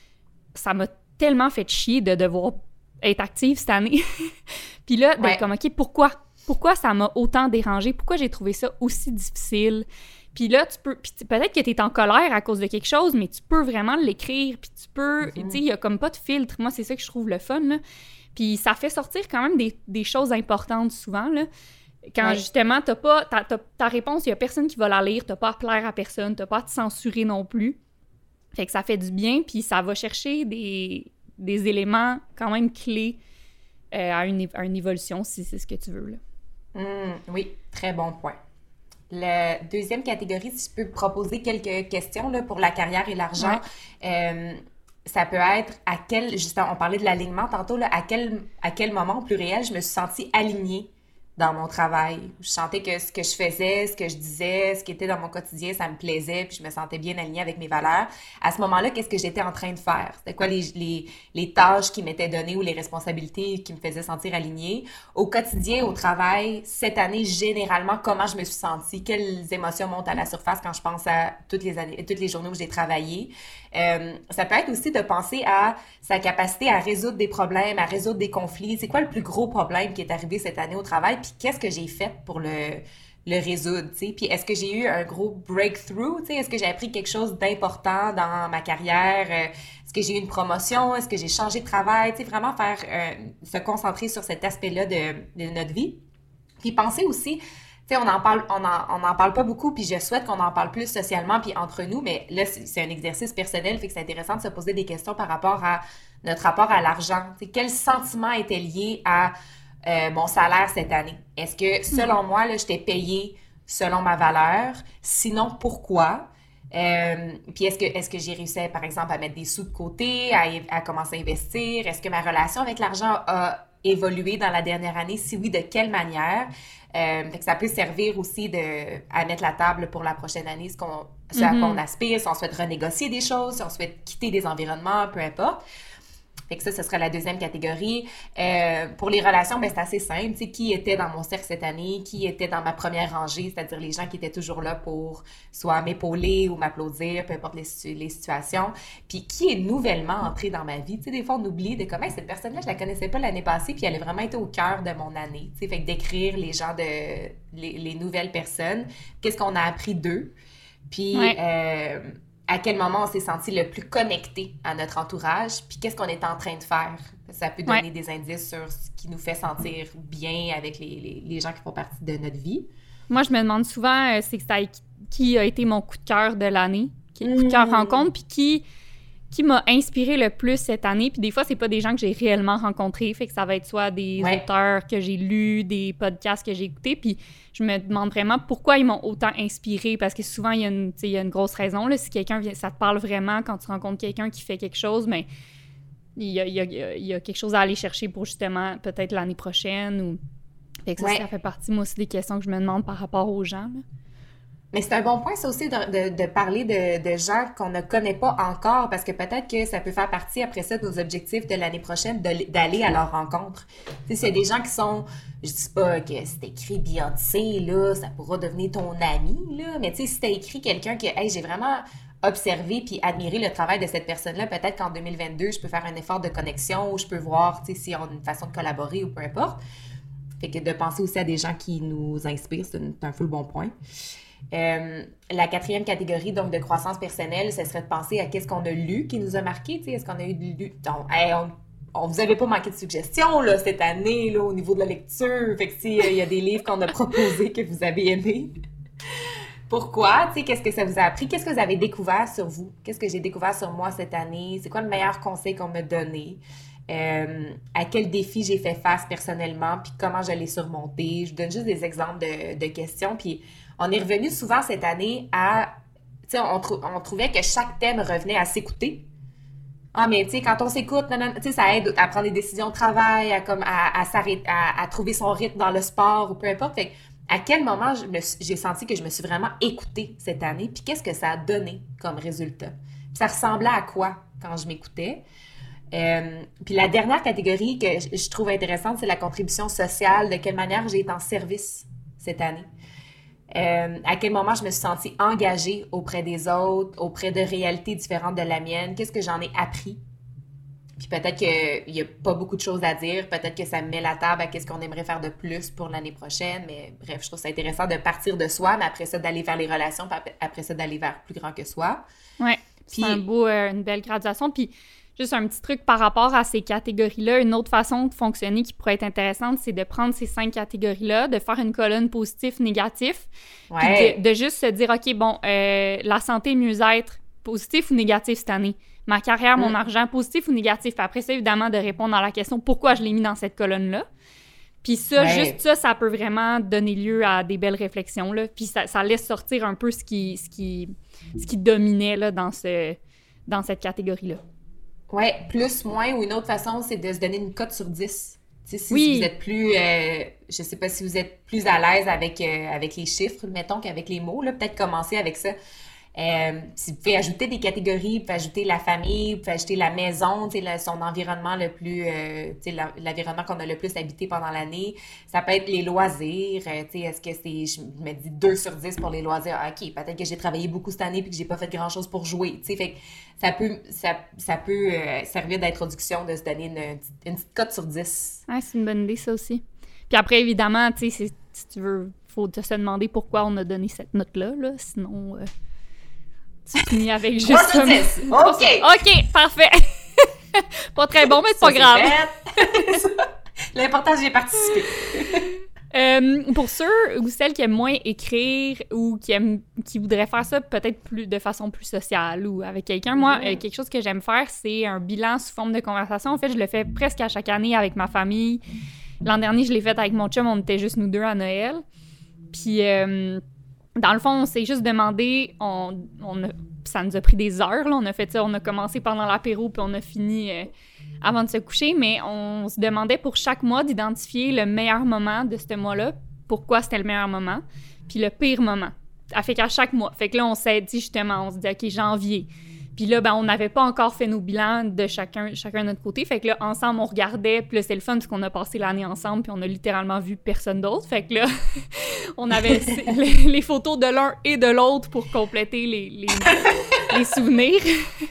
ça m'a tellement fait chier de devoir être active cette année. Puis là, d'être Ouais. comme, OK, pourquoi? Pourquoi ça m'a autant dérangé? Pourquoi j'ai trouvé ça aussi difficile? Puis là, tu peux... Puis peut-être que tu es en colère à cause de quelque chose, mais tu peux vraiment l'écrire, puis tu peux... Mhm. Tu sais, il y a comme pas de filtre. Moi, c'est ça que je trouve le fun, là. Puis ça fait sortir quand même des, des choses importantes souvent, là. Quand Ouais. justement, t'as pas... Ta, ta, ta réponse, il y a personne qui va la lire, t'as pas à plaire à personne, t'as pas à te censurer non plus. Fait que ça fait du bien, puis ça va chercher des, des éléments quand même clés euh, à, une, à une évolution, si c'est ce que tu veux, là. Hmm, oui, très bon point. La deuxième catégorie, si je peux proposer quelques questions là, pour la carrière et l'argent, euh, ça peut être à quel, justement, on parlait de l'alignement tantôt, là, à quel, à quel moment, au pluriel, je me suis sentie alignée dans mon travail. Je sentais que ce que je faisais, ce que je disais, ce qui était dans mon quotidien, ça me plaisait, puis je me sentais bien alignée avec mes valeurs. À ce moment-là, qu'est-ce que j'étais en train de faire? C'était quoi les, les, les tâches qui m'étaient données ou les responsabilités qui me faisaient sentir alignée? Au quotidien, au travail, cette année, généralement, comment je me suis sentie? Quelles émotions montent à la surface quand je pense à toutes les années, toutes les journées où j'ai travaillé? Euh, ça peut être aussi de penser à sa capacité à résoudre des problèmes, à résoudre des conflits. C'est quoi le plus gros problème qui est arrivé cette année au travail? Puis qu'est-ce que j'ai fait pour le, le résoudre, tu sais? Puis est-ce que j'ai eu un gros breakthrough, tu sais? Est-ce que j'ai appris quelque chose d'important dans ma carrière? Euh, Est-ce que j'ai eu une promotion? Est-ce que j'ai changé de travail? Tu sais, vraiment faire, euh, se concentrer sur cet aspect-là de, de notre vie. Puis penser aussi, tu Tu sais, on en parle, on en, on en parle pas beaucoup, puis je souhaite qu'on en parle plus socialement, puis entre nous, mais là, c'est, c'est un exercice personnel, fait que c'est intéressant de se poser des questions par rapport à notre rapport à l'argent. Tu sais, quel sentiment était lié à euh, mon salaire cette année? Est-ce que, selon moi, là, j'étais payée selon ma valeur? Sinon, pourquoi? Euh, puis est-ce que est-ce que j'ai réussi, par exemple, à mettre des sous de côté, à, à commencer à investir? Est-ce que ma relation avec l'argent a évolué dans la dernière année? Si oui, de quelle manière? Euh, fait que ça peut servir aussi de, à mettre la table pour la prochaine année, ce, qu'on, ce à quoi on aspire, si on souhaite renégocier des choses, si on souhaite quitter des environnements, peu importe. Fait que ça, ce serait la deuxième catégorie. Euh, pour les relations, ben c'est assez simple. Tu sais, qui était dans mon cercle cette année? Qui était dans ma première rangée? C'est-à-dire les gens qui étaient toujours là pour soit m'épauler ou m'applaudir, peu importe les, les situations. Puis qui est nouvellement entré dans ma vie? Tu sais, des fois, on oublie de comment cette personne-là, je la connaissais pas l'année passée, puis elle a vraiment été au cœur de mon année. Tu sais, fait que d'écrire les gens de... les, les nouvelles personnes. Qu'est-ce qu'on a appris d'eux? Puis... Ouais. Euh, à quel moment on s'est senti le plus connecté à notre entourage, puis qu'est-ce qu'on est en train de faire. Ça peut donner ouais. des indices sur ce qui nous fait sentir bien avec les, les, les gens qui font partie de notre vie. Moi, je me demande souvent, euh, c'est que ça, qui a été mon coup de cœur de l'année, qui est le coup de cœur mmh. rencontre, puis qui, qui m'a inspiré le plus cette année. Puis des fois, c'est pas des gens que j'ai réellement rencontrés, fait que ça va être soit des ouais. auteurs que j'ai lus, des podcasts que j'ai écoutés, puis je me demande vraiment pourquoi ils m'ont autant inspiré, parce que souvent, il y a une, il y a une grosse raison. Là, si quelqu'un vient, ça te parle vraiment quand tu rencontres quelqu'un qui fait quelque chose, mais il y a, il y a, il y a quelque chose à aller chercher pour justement peut-être l'année prochaine. Ou... Fait que ça, ouais. ça fait partie, moi aussi, des questions que je me demande par rapport aux gens. Là. Mais c'est un bon point, ça aussi, de, de, de parler de, de gens qu'on ne connaît pas encore, parce que peut-être que ça peut faire partie, après ça, de nos objectifs de l'année prochaine, de, d'aller à leur rencontre. Tu sais, s'il y a des gens qui sont... Je dis pas que c'est écrit Beyoncé, là, ça pourra devenir ton ami, là, mais tu sais, si t'as écrit quelqu'un que, hey, j'ai vraiment observé puis admiré le travail de cette personne-là, peut-être qu'en deux mille vingt-deux, je peux faire un effort de connexion, ou je peux voir, tu sais, s'il y a une façon de collaborer ou peu importe. Fait que de penser aussi à des gens qui nous inspirent, c'est un, c'est un full bon point. Euh, la quatrième catégorie, donc, de croissance personnelle, ce serait de penser à qu'est-ce qu'on a lu qui nous a marqué, tu sais, est-ce qu'on a eu de lu... Donc, hey, on, on vous avait pas manqué de suggestions, là, cette année, là, au niveau de la lecture, fait que si il euh, y a des livres qu'on a proposés que vous avez aimés. Pourquoi? Tu sais, qu'est-ce que ça vous a appris? Qu'est-ce que vous avez découvert sur vous? Qu'est-ce que j'ai découvert sur moi cette année? C'est quoi le meilleur conseil qu'on m'a donné? Euh, à quel défi j'ai fait face personnellement, puis comment je l'ai surmonté. Je donne juste des exemples de, de questions, puis on est revenu souvent cette année à, tu sais, on, trou- on trouvait que chaque thème revenait à s'écouter. Ah, mais tu sais, quand on s'écoute, tu sais, ça aide à prendre des décisions de travail, à, comme, à, à, s'arrêter, à, à trouver son rythme dans le sport ou peu importe. Fait à quel moment je me, j'ai senti que je me suis vraiment écoutée cette année, puis qu'est-ce que ça a donné comme résultat? Puis ça ressemblait à quoi quand je m'écoutais? Euh, puis la dernière catégorie que je, je trouve intéressante, c'est la contribution sociale. De quelle manière j'ai été en service cette année? Euh, à quel moment je me suis sentie engagée auprès des autres, auprès de réalités différentes de la mienne? Qu'est-ce que j'en ai appris? Puis peut-être qu'il n'y a pas beaucoup de choses à dire. Peut-être que ça me met la table à qu'est-ce qu'on aimerait faire de plus pour l'année prochaine. Mais bref, je trouve ça intéressant de partir de soi, mais après ça, d'aller vers les relations, puis après ça, d'aller vers plus grand que soi. Oui, c'est un beau, euh, une belle graduation. Puis juste un petit truc par rapport à ces catégories-là, une autre façon de fonctionner qui pourrait être intéressante, c'est de prendre ces cinq catégories-là, de faire une colonne positif, négatif, ouais. puis de, de juste se dire, OK, bon, euh, la santé, mieux-être, positif ou négatif cette année? Ma carrière, mm. mon argent, positif ou négatif? Puis après ça, évidemment, de répondre à la question pourquoi je l'ai mis dans cette colonne-là. Puis ça, ouais. juste ça, ça peut vraiment donner lieu à des belles réflexions, là. Puis ça, ça laisse sortir un peu ce qui, ce qui, ce qui dominait là, dans, ce, dans cette catégorie-là. Oui, plus, moins, ou une autre façon, c'est de se donner une cote sur dix. Tu sais, si, oui. si vous êtes plus, euh, je sais pas si vous êtes plus à l'aise avec, euh, avec les chiffres, mettons qu'avec les mots, là, peut-être commencer avec ça. Euh, si vous pouvez ajouter des catégories, vous pouvez ajouter la famille, vous pouvez ajouter la maison, tu sais, le, son environnement le plus, euh, tu sais, la, l'environnement qu'on a le plus habité pendant l'année. Ça peut être les loisirs, euh, tu sais, est-ce que c'est, je me dis deux sur dix pour les loisirs. Ah, OK, peut-être que j'ai travaillé beaucoup cette année puis que j'ai pas fait grand-chose pour jouer, tu sais, fait que ça peut, ça, ça peut euh, servir d'introduction de se donner une, une petite cote sur dix. Ouais, c'est une bonne idée, ça aussi. Puis après, évidemment, tu sais, si tu veux, faut te se demander pourquoi on a donné cette note-là, là, sinon... Euh... Tu finis avec juste... trois sur dix! OK! OK, parfait! Pas très bon, mais c'est pas grave. C'est L'important, c'est que j'ai participé. Euh, pour ceux ou celles qui aiment moins écrire ou qui aiment, qui voudraient faire ça peut-être plus de façon plus sociale ou avec quelqu'un, moi, Mm. euh, quelque chose que j'aime faire, c'est un bilan sous forme de conversation. En fait, je le fais presque à chaque année avec ma famille. L'an dernier, je l'ai fait avec mon chum, on était juste nous deux à Noël. Puis, euh, dans le fond, on s'est juste demandé, on, on a, ça nous a pris des heures, là, on a fait ça, on a commencé pendant l'apéro, puis on a fini euh, avant de se coucher, mais on se demandait pour chaque mois d'identifier le meilleur moment de ce mois-là, pourquoi c'était le meilleur moment, puis le pire moment. Ça fait qu'à chaque mois. Fait que là, on s'est dit justement, on se dit, OK, janvier. Puis là, ben, on n'avait pas encore fait nos bilans de chacun, chacun de notre côté. Fait que là, ensemble, on regardait. Puis là, c'est le fun parce qu'on a passé l'année ensemble. Puis on a littéralement vu personne d'autre. Fait que là, on avait les, les photos de l'un et de l'autre pour compléter les, les, les souvenirs.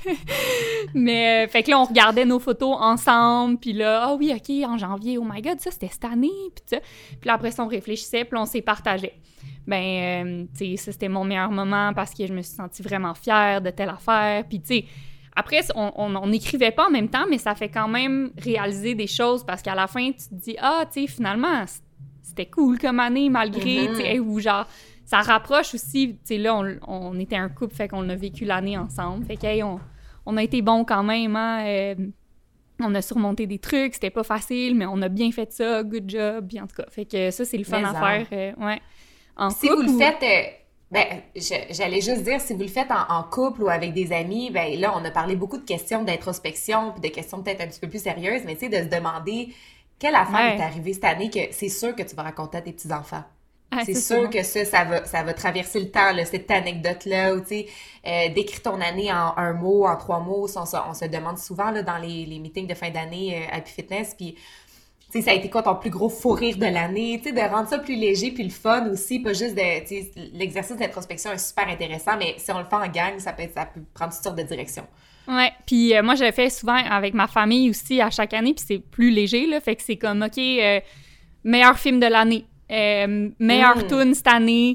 Mais, fait que là, on regardait nos photos ensemble. Puis là, ah oui, OK, en janvier, oh my God, ça, c'était cette année. Puis ça. Puis là, après ça, on réfléchissait. Puis on s'est partagé. Ben, euh, tu sais, ça, c'était mon meilleur moment parce que je me suis sentie vraiment fière de telle affaire. Puis, tu sais, après, on n'écrivait pas en même temps, mais ça fait quand même réaliser des choses parce qu'à la fin, tu te dis, ah, tu sais, finalement, c'était cool comme année malgré, mm-hmm. tu sais, ou genre, ça rapproche aussi, tu sais, là, on, on était un couple, fait qu'on a vécu l'année ensemble. Fait que, hey, on, on a été bons quand même, hein. Euh, on a surmonté des trucs, c'était pas facile, mais on a bien fait ça, good job, puis en tout cas. Fait que ça, c'est le fun mais à en. faire, euh, ouais. En si couple, vous le ou... faites, euh, ben, je, j'allais juste dire, si vous le faites en, en couple ou avec des amis, ben là, on a parlé beaucoup de questions d'introspection, puis de questions peut-être un petit peu plus sérieuses, mais tu sais, de se demander quelle affaire ouais. est arrivée cette année que c'est sûr que tu vas raconter à tes petits-enfants. Ah, c'est, c'est sûr ça. que ça, ça va, ça va traverser le temps, là, cette anecdote-là, où tu sais, euh, décrire ton année en un mot, en trois mots, on, on, on se demande souvent là, dans les, les meetings de fin d'année euh, Happy Fitness, puis tu sais, ça a été quoi ton plus gros fou rire de l'année? Tu sais, de rendre ça plus léger puis le fun aussi, pas juste de, tu sais, l'exercice d'introspection est super intéressant, mais si on le fait en gang, ça peut être, ça peut prendre toutes sortes de directions. Ouais, puis euh, moi, je le fais souvent avec ma famille aussi à chaque année, puis c'est plus léger, là, fait que c'est comme, OK, euh, meilleur film de l'année, euh, meilleur mm. tune cette année,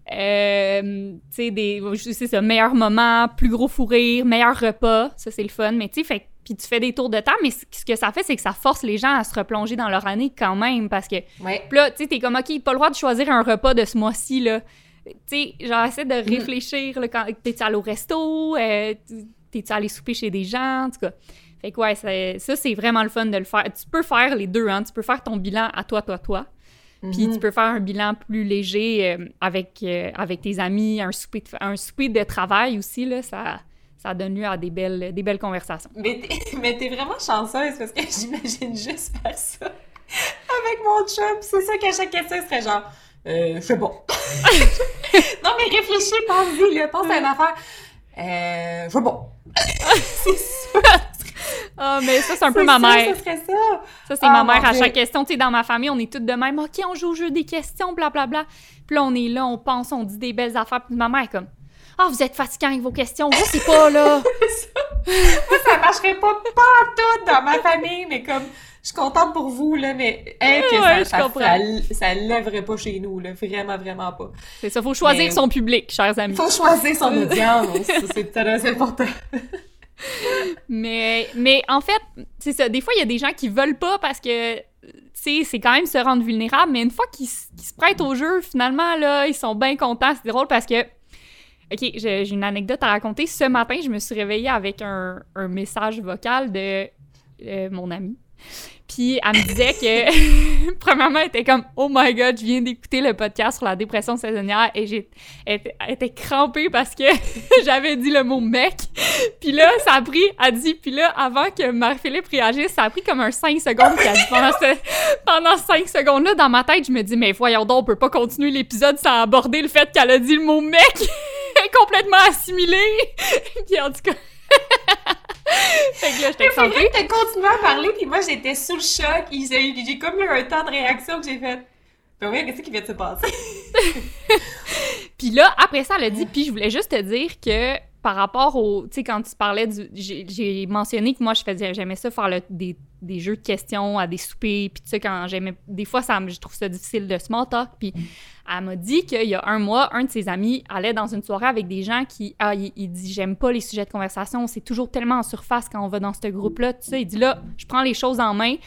euh, tu sais, des, c'est ça, meilleur moment, plus gros fou rire, meilleur repas, ça c'est le fun, mais tu sais, fait puis tu fais des tours de table, mais ce que ça fait, c'est que ça force les gens à se replonger dans leur année quand même, parce que ouais. là, tu sais, t'es comme, OK, pas le droit de choisir un repas de ce mois-ci, là. Tu sais, genre, essaie de réfléchir, là, quand t'es-tu allé au resto, euh, t'es-tu allé souper chez des gens, en tout cas. Fait que ouais, ça, ça, c'est vraiment le fun de le faire. Tu peux faire les deux, hein, tu peux faire ton bilan à toi, toi, toi, mm-hmm. puis tu peux faire un bilan plus léger euh, avec, euh, avec tes amis, un souper, de, un souper de travail aussi, là, ça... Ça donne lieu à des belles, des belles conversations. Mais t'es, mais t'es vraiment chanceuse parce que j'imagine juste faire ça avec mon chum. C'est ça qu'à chaque question, il serait genre euh, « Je sais pas. » Non, mais réfléchis, pense-y, là, pense à une affaire. Euh, « Je sais pas. » C'est ça. Ah, oh, mais ça, c'est un c'est peu ma ça, mère. Ça serait ça. Ça, c'est oh, ma mère à chaque question. Tu sais, dans ma famille, on est toutes de même. OK, on joue au jeu des questions, blablabla. Puis là, on est là, on pense, on dit des belles affaires. Puis ma mère est comme... Ah, oh, vous êtes fatiguant avec vos questions, je sais pas, là! Moi, ça marcherait pas pantoute dans ma famille, mais comme, je suis contente pour vous, là, mais hein, que ouais, ça, ça, ça, ça lèverait pas chez nous, là, vraiment, vraiment pas. C'est ça, faut choisir mais, son public, chers amis. Faut choisir son audience, c'est très important. mais, mais en fait, c'est ça, des fois, il y a des gens qui veulent pas parce que, tu sais, c'est quand même se rendre vulnérable, mais une fois qu'ils, qu'ils se prêtent au jeu, finalement, là, ils sont bien contents, c'est drôle parce que OK, j'ai, j'ai une anecdote à raconter. Ce matin, je me suis réveillée avec un, un message vocal de euh, mon amie. Puis elle me disait que, premièrement, elle était comme « Oh my God, je viens d'écouter le podcast sur la dépression saisonnière et j'ai, elle, elle était crampée parce que j'avais dit le mot « mec ». Puis là, ça a pris, elle dit, puis là, avant que Marie-Philippe réagisse, ça a pris comme un cinq secondes. Puis elle dit, pendant, ce, pendant cinq secondes-là, dans ma tête, je me dis « Mais voyons donc, on peut pas continuer l'épisode sans aborder le fait qu'elle a dit le mot « mec ». Complètement assimilé. Puis en tout cas... fait que là, j'étais crampée. T'as continué à parler, puis moi, j'étais sous le choc. J'ai, j'ai comme eu un temps de réaction que j'ai fait. Ben oui, qu'est-ce qui vient de se passer? Puis là, après ça, elle a dit, puis je voulais juste te dire que par rapport au... Tu sais, quand tu parlais du... J'ai, j'ai mentionné que moi, je faisais, j'aimais ça faire le, des, des jeux de questions à des soupers, puis tu sais, quand j'aimais... Des fois, ça, je trouve ça difficile de small talk, puis elle m'a dit qu'il y a un mois, un de ses amis allait dans une soirée avec des gens qui... Ah, il, il dit « J'aime pas les sujets de conversation, c'est toujours tellement en surface quand on va dans ce groupe-là. » Tu sais, il dit « Là, je prends les choses en main. »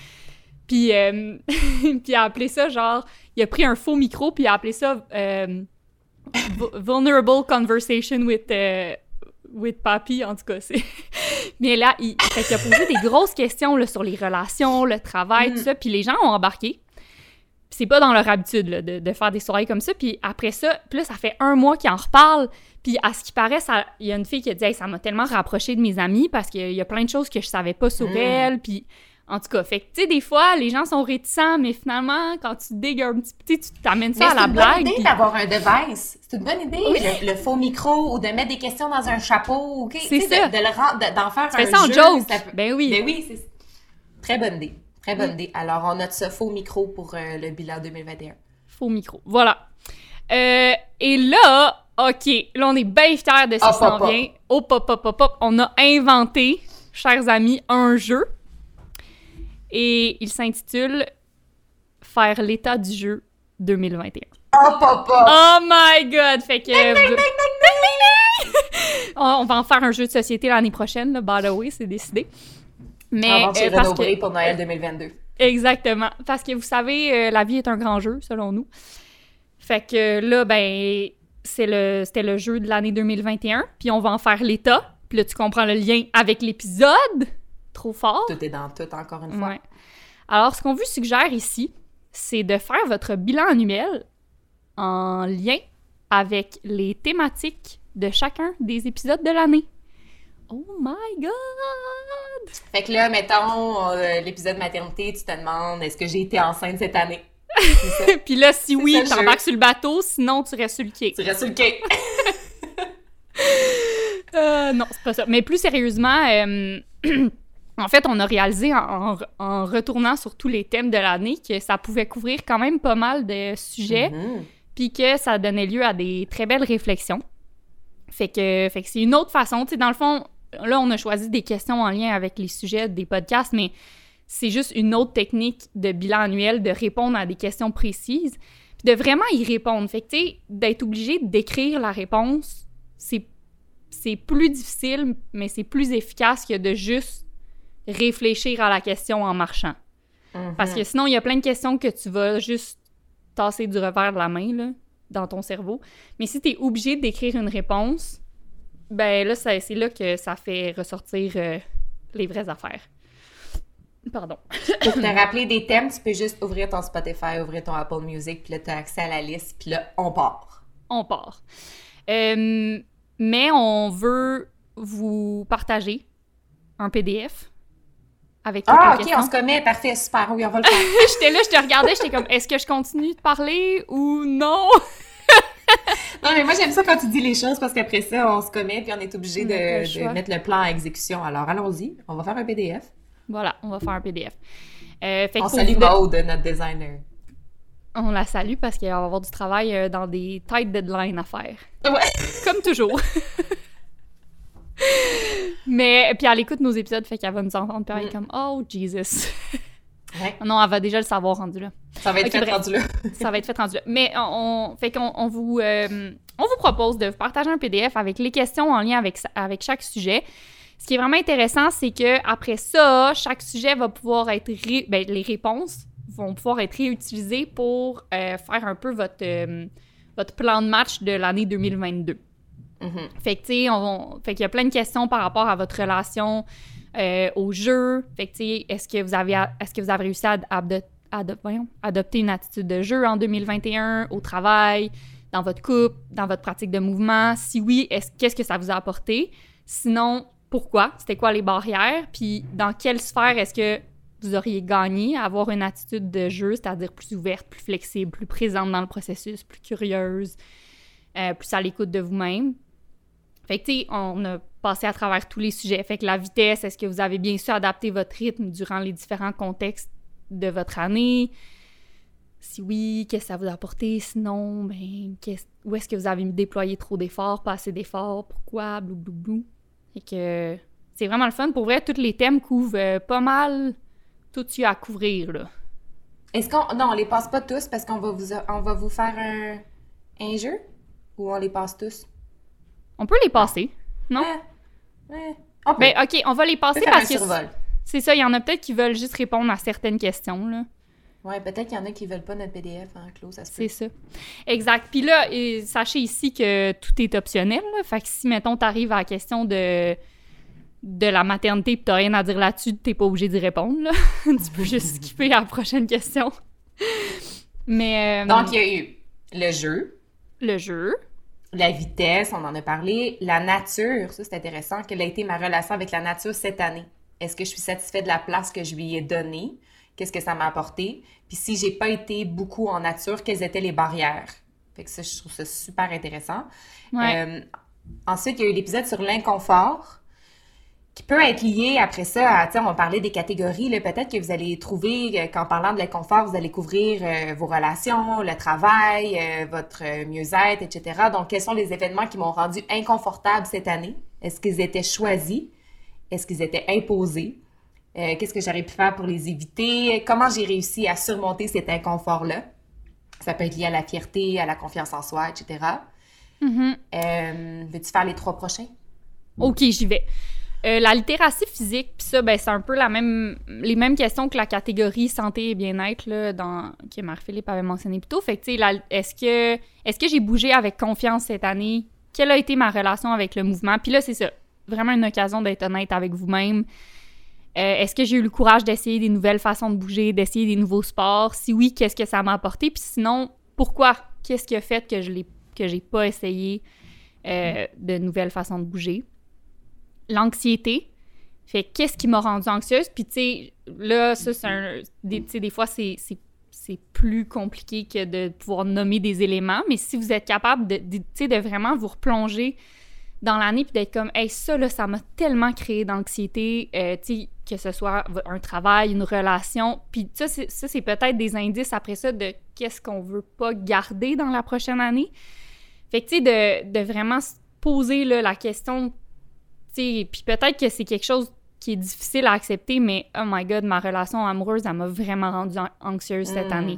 Puis, euh, puis il a appelé ça genre... Il a pris un faux micro, puis il a appelé ça euh, Vulnerable Conversation with, euh, with Papi, en tout cas. C'est... Mais là, il, fait qu'il a posé des grosses questions là, sur les relations, le travail, mm. tout ça, puis les gens ont embarqué. Puis c'est pas dans leur habitude là, de, de faire des soirées comme ça. Puis après ça, puis là, ça fait un mois qu'ils en reparlent. Puis à ce qui paraît, il y a une fille qui a dit hey, « ça m'a tellement rapprochée de mes amis parce qu'il y a plein de choses que je savais pas sur mm. elle. » Puis en tout cas, fait que tu sais, des fois, les gens sont réticents, mais finalement, quand tu digues un petit peu, tu t'amènes ça mais à la blague. C'est une bonne idée puis... d'avoir un device. C'est une bonne idée, oui. le, le faux micro, ou de mettre des questions dans un chapeau. Okay? C'est ça. De, de le rend, de, d'en faire tu un fais ça en jeu. joke. Ça peut... Ben oui. Ben oui, c'est très bonne idée. Très bonne mm. idée. Alors, on note ce faux micro pour euh, le bilan deux mille vingt et un. Faux micro. Voilà. Euh, et là, OK, là, on est bien fiers de ce qui s'en vient. Hop, hop, hop, hop, hop. On a inventé, chers amis, un jeu. Et il s'intitule « Faire l'état du jeu deux mille vingt et un ». Oh, papa! Oh my God! Fait que... Ding, ding, ding, ding, ding. On va en faire un jeu de société l'année prochaine, là, by the way, c'est décidé. Mais, Avant de se euh, parce rénover que... pour Noël deux mille vingt-deux. Exactement. Parce que vous savez, euh, la vie est un grand jeu, selon nous. Fait que là, ben, c'est le, c'était le jeu de l'année deux mille vingt et un, puis on va en faire l'état. Puis là, tu comprends le lien avec l'épisode. Trop fort. Tout est dans tout, encore une fois. Ouais. Alors, ce qu'on vous suggère ici, c'est de faire votre bilan annuel en lien avec les thématiques de chacun des épisodes de l'année. Oh my God! Fait que là, mettons, euh, l'épisode maternité, tu te demandes, est-ce que j'ai été enceinte cette année? Puis là, si c'est oui, ça, t'embarques sur le bateau, sinon tu restes sur le quai. Tu restes sur le quai. euh, non, c'est pas ça. Mais plus sérieusement, euh, en fait, on a réalisé en, en, en retournant sur tous les thèmes de l'année que ça pouvait couvrir quand même pas mal de sujets, mm-hmm. puis que ça donnait lieu à des très belles réflexions. Fait que, fait que c'est une autre façon. Tu sais, dans le fond, là, on a choisi des questions en lien avec les sujets des podcasts, mais c'est juste une autre technique de bilan annuel, de répondre à des questions précises, puis de vraiment y répondre. Fait que, tu sais, d'être obligé d'écrire la réponse, c'est, c'est plus difficile, mais c'est plus efficace que de juste réfléchir à la question en marchant. Mm-hmm. Parce que sinon, il y a plein de questions que tu vas juste tasser du revers de la main, là, dans ton cerveau. Mais si tu es obligé d'écrire une réponse, ben là, ça, c'est là que ça fait ressortir euh, les vraies affaires. Pardon. Pour te rappeler des thèmes, tu peux juste ouvrir ton Spotify, ouvrir ton Apple Music, puis là, tu as accès à la liste, puis là, on part. On part. Euh, mais on veut vous partager un P D F avec toutes ah, les OK, questions. On se commet. Parfait, super. Oui, on va le faire. J'étais là, je te regardais, j'étais comme, est-ce que je continue de parler ou non? Non, mais moi, j'aime ça quand tu dis les choses parce qu'après ça, on se commet puis on est obligé de, de mettre le plan à exécution. Alors, allons-y. On va faire un P D F. Voilà, on va faire un P D F. Euh, fait on que salue vous... Maude, notre designer. On la salue parce qu'elle va avoir du travail euh, dans des tight deadlines à faire. Ouais. Comme toujours. Mais, puis elle écoute nos épisodes, fait qu'elle va nous entendre, puis elle est comme « Oh, Jesus! » Ouais. Non, elle va déjà le savoir rendu là. Ça va être okay, fait bref. rendu là. Ça va être fait rendu là. Mais on, on fait qu'on on vous, euh, on vous propose de vous partager un P D F avec les questions en lien avec, avec chaque sujet. Ce qui est vraiment intéressant, c'est que après ça, chaque sujet va pouvoir être... Ré... Ben, les réponses vont pouvoir être réutilisées pour euh, faire un peu votre, euh, votre plan de match de l'année deux mille vingt-deux. Mm-hmm. Fait que, tu sais, on, fait qu'il y a plein de questions par rapport à votre relation euh, au jeu. Fait que, tu sais, est-ce que vous avez, est-ce que vous avez réussi à ado- ado- voyons, adopter une attitude de jeu en deux mille vingt et un, au travail, dans votre couple, dans votre pratique de mouvement? Si oui, est-ce, qu'est-ce que ça vous a apporté? Sinon, pourquoi? C'était quoi les barrières? Puis dans quelle sphère est-ce que vous auriez gagné à avoir une attitude de jeu, c'est-à-dire plus ouverte, plus flexible, plus présente dans le processus, plus curieuse, euh, plus à l'écoute de vous-même? Fait que, tu sais, on a passé à travers tous les sujets. Fait que la vitesse, est-ce que vous avez bien su adapter votre rythme durant les différents contextes de votre année? Si oui, qu'est-ce que ça vous a apporté? Sinon, ben, qu'est-ce... où est-ce que vous avez déployé trop d'efforts, pas assez d'efforts? Pourquoi? Blou, blou, blou. Fait que c'est vraiment le fun. Pour vrai, tous les thèmes couvrent euh, pas mal tout ce qu'il y a à couvrir, là. Est-ce qu'on... Non, on les passe pas tous parce qu'on va vous, on va vous faire un, un jeu? Ou on les passe tous? On peut les passer, non? Ouais. Ouais. On peut. Ben, OK, on va les passer parce que... survol. C'est ça, il y en a peut-être qui veulent juste répondre à certaines questions, là. Ouais, peut-être qu'il y en a qui veulent pas notre P D F, hein, Claude, ça se peut. C'est ça. Exact. Puis là, et, sachez ici que tout est optionnel, là. Fait que si, mettons, t'arrives à la question de, de la maternité et t'as rien à dire là-dessus, t'es pas obligé d'y répondre, là. Tu peux juste skipper à la prochaine question. Mais... Euh, Donc, il y a eu le jeu. Le jeu. La vitesse, on en a parlé. La nature, ça, c'est intéressant. Quelle a été ma relation avec la nature cette année? Est-ce que je suis satisfaite de la place que je lui ai donnée? Qu'est-ce que ça m'a apporté? Puis si j'ai pas été beaucoup en nature, quelles étaient les barrières? Fait que ça, je trouve ça super intéressant. Ouais. Euh, ensuite, il y a eu l'épisode sur l'inconfort, qui peut être lié après ça à, tu sais, on va parler des catégories, là, peut-être que vous allez trouver euh, qu'en parlant de l'inconfort, vous allez couvrir euh, vos relations, le travail, euh, votre euh, mieux-être, et cetera. Donc, quels sont les événements qui m'ont rendu inconfortable cette année? Est-ce qu'ils étaient choisis? Est-ce qu'ils étaient imposés? Euh, qu'est-ce que j'aurais pu faire pour les éviter? Comment j'ai réussi à surmonter cet inconfort-là? Ça peut être lié à la fierté, à la confiance en soi, et cetera. Mm-hmm. Euh, veux-tu faire les trois prochains? OK, j'y vais. Euh, la littératie physique, puis ça, ben, c'est un peu la même, les mêmes questions que la catégorie santé et bien-être, là, dans, que Marie-Philippe avait mentionné plus tôt. Fait que, tu sais, la- est-ce que, est-ce que j'ai bougé avec confiance cette année? Quelle a été ma relation avec le mouvement? Puis là, c'est ça, vraiment une occasion d'être honnête avec vous-même. Euh, est-ce que j'ai eu le courage d'essayer des nouvelles façons de bouger, d'essayer des nouveaux sports? Si oui, qu'est-ce que ça m'a apporté? Puis sinon, pourquoi? Qu'est-ce qui a fait que je l'ai, que j'ai pas essayé euh, de nouvelles façons de bouger? L'anxiété. Fait qu'est-ce qui m'a rendue anxieuse? Puis tu sais, là, ça, c'est un... Des, tu sais, des fois, c'est, c'est, c'est plus compliqué que de pouvoir nommer des éléments, mais si vous êtes capable de, de, tu sais, de vraiment vous replonger dans l'année puis d'être comme « Hey, ça, là, ça m'a tellement créé d'anxiété, euh, tu sais, que ce soit un travail, une relation. » Puis ça, c'est, ça, c'est peut-être des indices après ça de qu'est-ce qu'on veut pas garder dans la prochaine année. Fait que, tu sais, de, de vraiment se poser là, la question, tu sais, puis peut-être que c'est quelque chose qui est difficile à accepter, mais oh my God, ma relation amoureuse, elle m'a vraiment rendue an- anxieuse cette Mm. année.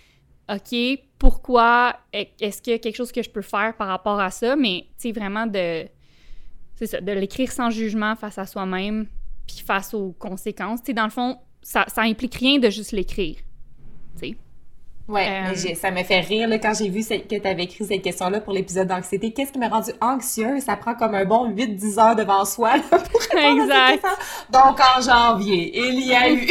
OK, pourquoi? Est-ce qu'il y a quelque chose que je peux faire par rapport à ça? Mais, tu sais, vraiment de... C'est ça, de l'écrire sans jugement face à soi-même, puis face aux conséquences. Tu sais, dans le fond, ça, ça implique rien de juste l'écrire, tu sais. Ouais, Euh, mais j'ai- ça me fait rire là, quand j'ai vu ce- que tu avais écrit cette question-là pour l'épisode d'anxiété. Qu'est-ce qui m'a rendu anxieuse? Ça prend comme un bon huit dix heures devant soi là, pour répondre à cette Exact. question. Donc, en janvier, il y a eu...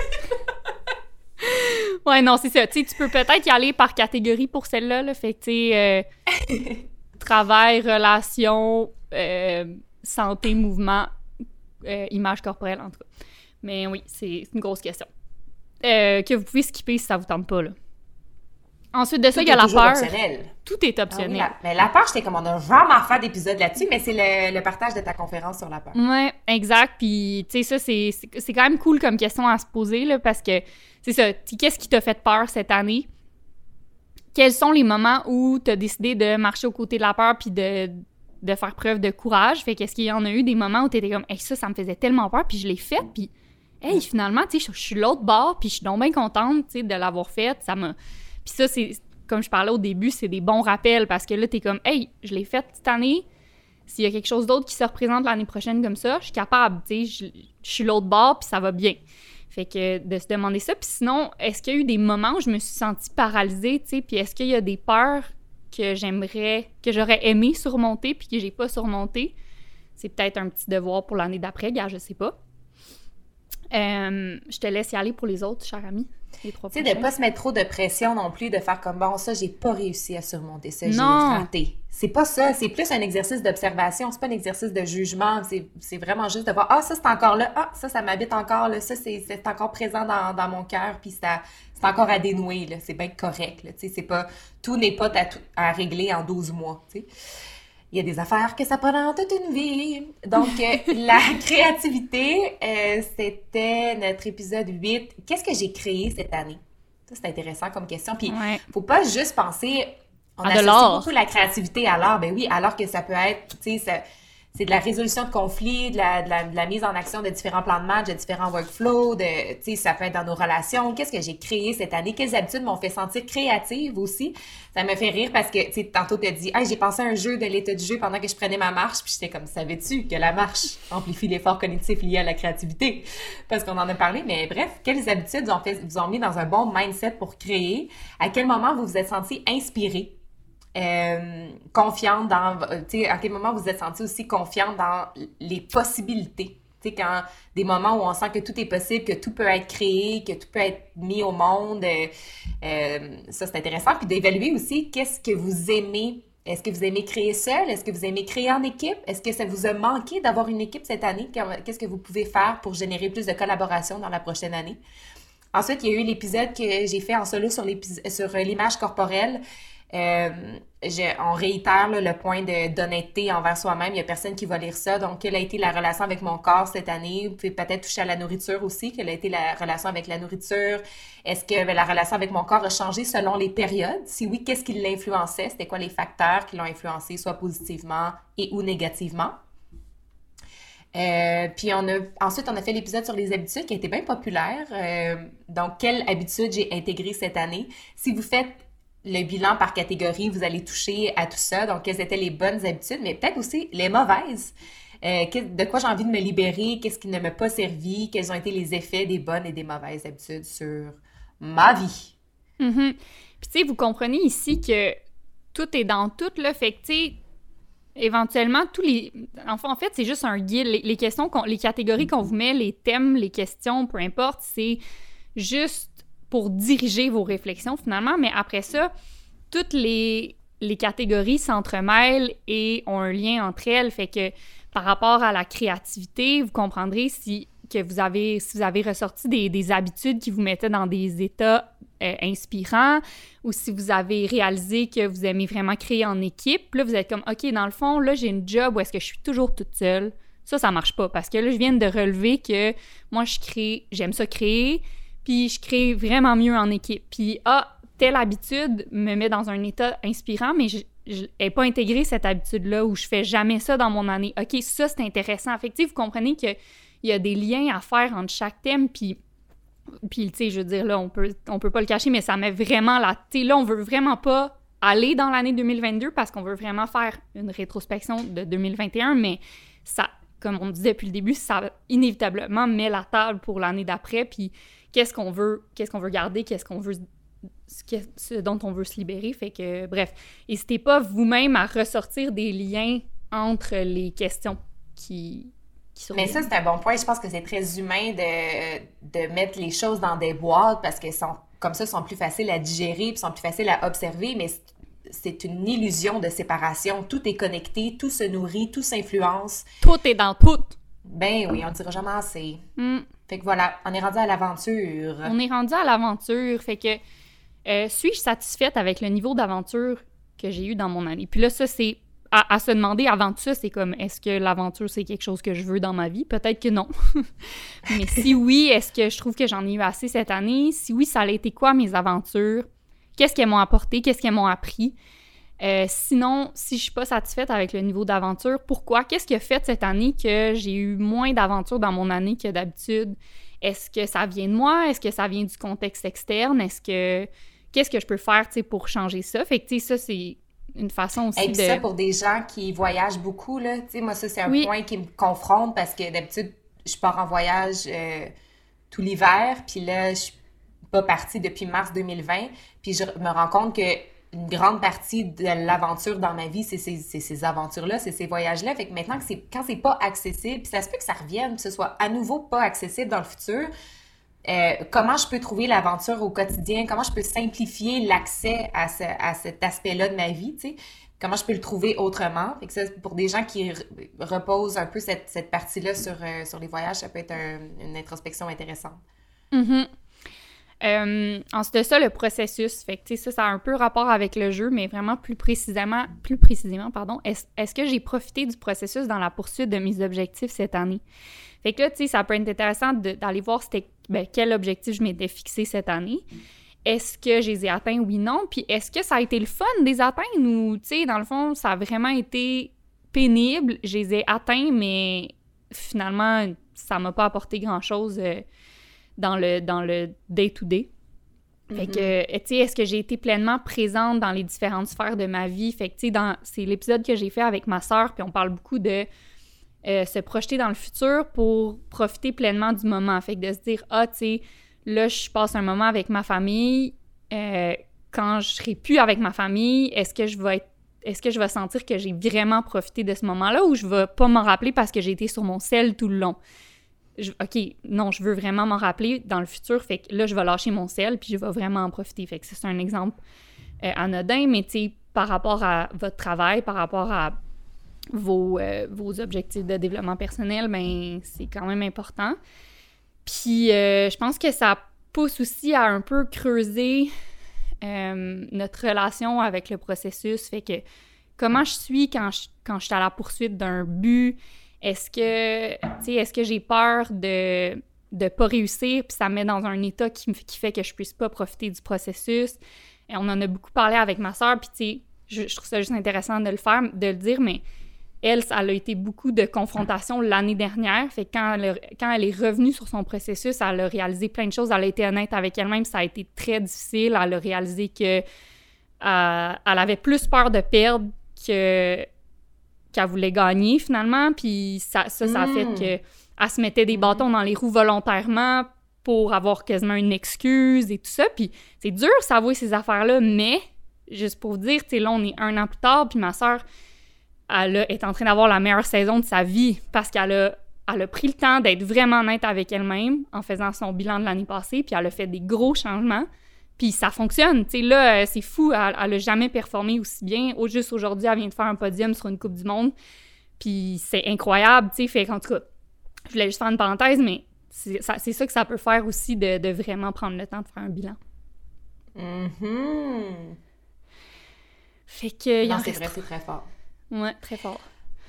Ouais, non, c'est ça. Tu sais, tu peux peut-être y aller par catégorie pour celle-là, là. Fait que, tu sais, euh, travail, relation, euh, santé, mouvement, euh, image corporelle, en tout cas. Mais oui, c'est c'est une grosse question. Euh, que vous pouvez skipper si ça vous tente pas, là. Ensuite de ça, Tout il y a est la toujours peur. optionnel. Tout est Ah oui, optionnel. la- mais la peur, j'étais comme, on a vraiment fait d'épisodes là-dessus, mais c'est le, le partage de ta conférence sur la peur. Ouais, exact. Puis, tu sais, ça, c'est, c'est, c'est quand même cool comme question à se poser, là, parce que, c'est ça, t- qu'est-ce qui t'a fait peur cette année? Quels sont les moments où t'as décidé de marcher aux côtés de la peur puis de, de faire preuve de courage? Fait qu'est-ce qu'il y en a eu des moments où t'étais comme, hey, ça, ça me faisait tellement peur, puis je l'ai fait, puis, hey, finalement, tu sais, je je suis l'autre bord, puis je suis donc bien contente, tu sais, de l'avoir fait. Ça m'a... Puis ça, c'est, comme je parlais au début, c'est des bons rappels, parce que là, t'es comme, hey, je l'ai fait cette année. S'il y a quelque chose d'autre qui se représente l'année prochaine comme ça, je suis capable, tu sais, je, je suis l'autre bord, puis ça va bien. Fait que de se demander ça. Puis sinon, est-ce qu'il y a eu des moments où je me suis sentie paralysée, tu sais, puis est-ce qu'il y a des peurs que j'aimerais, que j'aurais aimé surmonter, puis que j'ai pas surmonté? C'est peut-être un petit devoir pour l'année d'après, gars, je sais pas. Euh, je te laisse y aller pour les autres, cher ami. Les trois Tu sais, de prochains. pas se mettre trop de pression non plus, de faire comme, bon, ça, j'ai pas réussi à surmonter ça, j'ai Non. raté. C'est pas ça, c'est plus un exercice d'observation, c'est pas un exercice de jugement, c'est, c'est vraiment juste de voir, ah, ça, c'est encore là, ah, ça, ça m'habite encore, là, ça, c'est, c'est encore présent dans, dans mon cœur, puis ça, c'est encore à dénouer, là, c'est bien correct, là, tu sais, c'est pas, tout n'est pas à, tout- à régler en douze mois, tu sais. Il y a des affaires que ça prend toute une vie. Donc, euh, la créativité, euh, c'était notre épisode huit. Qu'est-ce que j'ai créé cette année? Ça, c'est intéressant comme question. Puis, Ouais. faut pas juste penser... On À de associe l'art. beaucoup la créativité à l'art. Ben oui, alors que ça peut être, tu sais, ça, c'est de la résolution de conflits, de la, de, la, de la mise en action de différents plans de match, de différents workflows, de, tu sais, ça peut être dans nos relations. Qu'est-ce que j'ai créé cette année? Quelles habitudes m'ont fait sentir créative aussi? Ça me fait rire parce que, tu sais, tantôt tu as dit, hey, j'ai pensé à un jeu de l'état du jeu pendant que je prenais ma marche, puis j'étais comme, savais-tu que la marche amplifie l'effort cognitif lié à la créativité? Parce qu'on en a parlé, mais bref, quelles habitudes vous ont, fait, vous ont mis dans un bon mindset pour créer? À quel moment vous vous êtes senti inspiré? Euh, confiante dans, tu sais, à quel moment vous vous êtes senti aussi confiante dans les possibilités, tu sais, quand des moments où on sent que tout est possible, que tout peut être créé, que tout peut être mis au monde, euh, euh, ça c'est intéressant, puis d'évaluer aussi qu'est-ce que vous aimez. Est-ce que vous aimez créer seul? Est-ce que vous aimez créer en équipe? Est-ce que ça vous a manqué d'avoir une équipe cette année? Qu'est-ce que vous pouvez faire pour générer plus de collaboration dans la prochaine année? Ensuite, il y a eu l'épisode que j'ai fait en solo sur, sur l'image corporelle. Euh, je, on réitère là, le point de, d'honnêteté envers soi-même. Il n'y a personne qui va lire ça. Donc, quelle a été la relation avec mon corps cette année? Vous pouvez peut-être toucher à la nourriture aussi. Quelle a été la relation avec la nourriture? Est-ce que la relation avec mon corps a changé selon les périodes? Si oui, qu'est-ce qui l'influençait? C'était quoi les facteurs qui l'ont influencé, soit positivement et ou négativement? Euh, puis on a ensuite on a fait l'épisode sur les habitudes qui a été bien populaire. Euh, donc, quelle habitude j'ai intégrée cette année? Si vous faites le bilan par catégorie, vous allez toucher à tout ça. Donc, quelles étaient les bonnes habitudes, mais peut-être aussi les mauvaises. Euh, de quoi j'ai envie de me libérer, qu'est-ce qui ne m'a pas servi, quels ont été les effets des bonnes et des mauvaises habitudes sur ma vie. Mm-hmm. Puis, tu sais, vous comprenez ici que tout est dans tout, là. Fait que, tu sais, éventuellement, tous les... Enfin, en fait, c'est juste un guide. Les, les questions, qu'on... les catégories qu'on vous met, les thèmes, les questions, peu importe, c'est juste pour diriger vos réflexions, finalement. Mais après ça, toutes les, les catégories s'entremêlent et ont un lien entre elles. Fait que par rapport à la créativité, vous comprendrez si, que vous avez, si vous avez ressorti des, des habitudes qui vous mettaient dans des états euh, inspirants ou si vous avez réalisé que vous aimez vraiment créer en équipe. Là, vous êtes comme, OK, dans le fond, là, j'ai une job où est-ce que je suis toujours toute seule. Ça, ça marche pas parce que là, je viens de relever que moi, je crée, j'aime ça créer, puis je crée vraiment mieux en équipe. Puis, ah, telle habitude me met dans un état inspirant, mais je n'ai pas intégré cette habitude-là où je fais jamais ça dans mon année. OK, ça, c'est intéressant. Fait que, vous comprenez qu'il y a des liens à faire entre chaque thème, puis, puis tu sais, je veux dire, là, on peut, on peut pas le cacher, mais ça met vraiment la... Tu sais, là, on veut vraiment pas aller dans l'année deux mille vingt-deux parce qu'on veut vraiment faire une rétrospection de deux mille vingt et un, mais ça, comme on disait depuis le début, ça inévitablement met la table pour l'année d'après, puis qu'est-ce qu'on veut, qu'est-ce qu'on veut garder, qu'est-ce qu'on veut, ce dont on veut se libérer. Fait que, bref, n'hésitez pas vous-même à ressortir des liens entre les questions qui, qui sont... Mais ça, c'est un bon point. Je pense que c'est très humain de, de mettre les choses dans des boîtes parce que sont, comme ça, sont plus faciles à digérer puis sont plus faciles à observer, mais c'est une illusion de séparation. Tout est connecté, tout se nourrit, tout s'influence. Tout est dans tout. Ben oui, on ne dira jamais assez. Mm. Fait que voilà, on est rendu à l'aventure. On est rendu à l'aventure. Fait que euh, suis-je satisfaite avec le niveau d'aventure que j'ai eu dans mon année? Puis là, ça, c'est à, à se demander avant tout ça, c'est comme, est-ce que l'aventure, c'est quelque chose que je veux dans ma vie? Peut-être que non. Mais si oui, est-ce que je trouve que j'en ai eu assez cette année? Si oui, ça a été quoi mes aventures? Qu'est-ce qu'elles m'ont apporté? Qu'est-ce qu'elles m'ont appris? Euh, sinon, si je suis pas satisfaite avec le niveau d'aventure, pourquoi? Qu'est-ce qui a fait cette année que j'ai eu moins d'aventures dans mon année que d'habitude? Est-ce que ça vient de moi? Est-ce que ça vient du contexte externe? Est-ce que... Qu'est-ce que je peux faire, tu sais, pour changer ça? Fait que, tu sais, ça, c'est une façon aussi Et de... puis ça, pour des gens qui voyagent beaucoup, là, tu sais, moi, ça, c'est un oui. point qui me confronte parce que d'habitude, je pars en voyage euh, tout l'hiver, puis là, je suis pas partie depuis mars deux mille vingt, puis je me rends compte que une grande partie de l'aventure dans ma vie, c'est ces, c'est ces aventures-là, c'est ces voyages-là. Fait que maintenant, que c'est, quand c'est pas accessible, puis ça se peut que ça revienne, que ce soit à nouveau pas accessible dans le futur, euh, comment je peux trouver l'aventure au quotidien? Comment je peux simplifier l'accès à, ce, à cet aspect-là de ma vie, tu sais? Comment je peux le trouver autrement? Fait que ça, pour des gens qui re- reposent un peu cette, cette partie-là sur, euh, sur les voyages, ça peut être un, une introspection intéressante. Mm-hmm. Euh, ensuite de ça, le processus. Fait que, tu sais, ça, ça a un peu rapport avec le jeu, mais vraiment plus précisément, plus précisément, pardon, est-ce, est-ce que j'ai profité du processus dans la poursuite de mes objectifs cette année? Fait que là, tu sais, ça peut être intéressant de, d'aller voir c'était, ben, quel objectif je m'étais fixé cette année. Est-ce que je les ai atteints? Oui, non. Puis est-ce que ça a été le fun de les atteindre ou, tu sais, dans le fond, ça a vraiment été pénibles, je les ai atteints, mais finalement, ça m'a pas apporté grand-chose euh, dans le, dans le day-to-day. Fait Mm-hmm. que, tu sais, est-ce que j'ai été pleinement présente dans les différentes sphères de ma vie? Fait que, tu sais, dans, c'est l'épisode que j'ai fait avec ma sœur, puis on parle beaucoup de euh, se projeter dans le futur pour profiter pleinement du moment. Fait que de se dire, ah, tu sais, là, je passe un moment avec ma famille, euh, quand je serai plus avec ma famille, est-ce que je vais être, est-ce que je vais sentir que j'ai vraiment profité de ce moment-là ou je vais pas m'en rappeler parce que j'ai été sur mon cell tout le long? Je, OK, non, je veux vraiment m'en rappeler dans le futur, fait que là, je vais lâcher mon cell puis je vais vraiment en profiter. Fait que c'est un exemple euh, anodin, mais tu sais, par rapport à votre travail, par rapport à vos, euh, vos objectifs de développement personnel, ben c'est quand même important. Puis euh, je pense que ça pousse aussi à un peu creuser euh, notre relation avec le processus, fait que comment je suis quand je, quand je suis à la poursuite d'un but. Est-ce que, tu sais, est-ce que j'ai peur de de pas réussir, puis ça me met dans un état qui, qui fait que je puisse pas profiter du processus. Et on en a beaucoup parlé avec ma sœur, puis tu sais, je, je trouve ça juste intéressant de le faire, de le dire, mais elle, ça a été beaucoup de confrontations l'année dernière. Fait que quand elle, a, quand elle est revenue sur son processus, elle a réalisé plein de choses. Elle a été honnête avec elle-même, ça a été très difficile. Elle a réalisé que euh, elle avait plus peur de perdre que qu'elle voulait gagner, finalement. Puis ça, ça, ça a fait Mm. qu'elle se mettait des bâtons dans les roues volontairement pour avoir quasiment une excuse et tout ça. Puis c'est dur de s'avouer ces affaires-là, mais juste pour vous dire, tu sais, là, on est un an plus tard, puis ma sœur, elle a, est en train d'avoir la meilleure saison de sa vie parce qu'elle a, elle a pris le temps d'être vraiment honnête avec elle-même en faisant son bilan de l'année passée, puis elle a fait des gros changements. Puis ça fonctionne, tu sais, là, c'est fou, elle, elle a jamais performé aussi bien. Au juste aujourd'hui, elle vient de faire un podium sur une Coupe du Monde, puis c'est incroyable, tu sais, fait qu'en tout cas, je voulais juste faire une parenthèse, mais c'est ça, c'est ça que ça peut faire aussi de, de vraiment prendre le temps de faire un bilan. Mm-hmm. Fait que... Non, en c'est reste... vrai, c'est très fort. Ouais, très fort.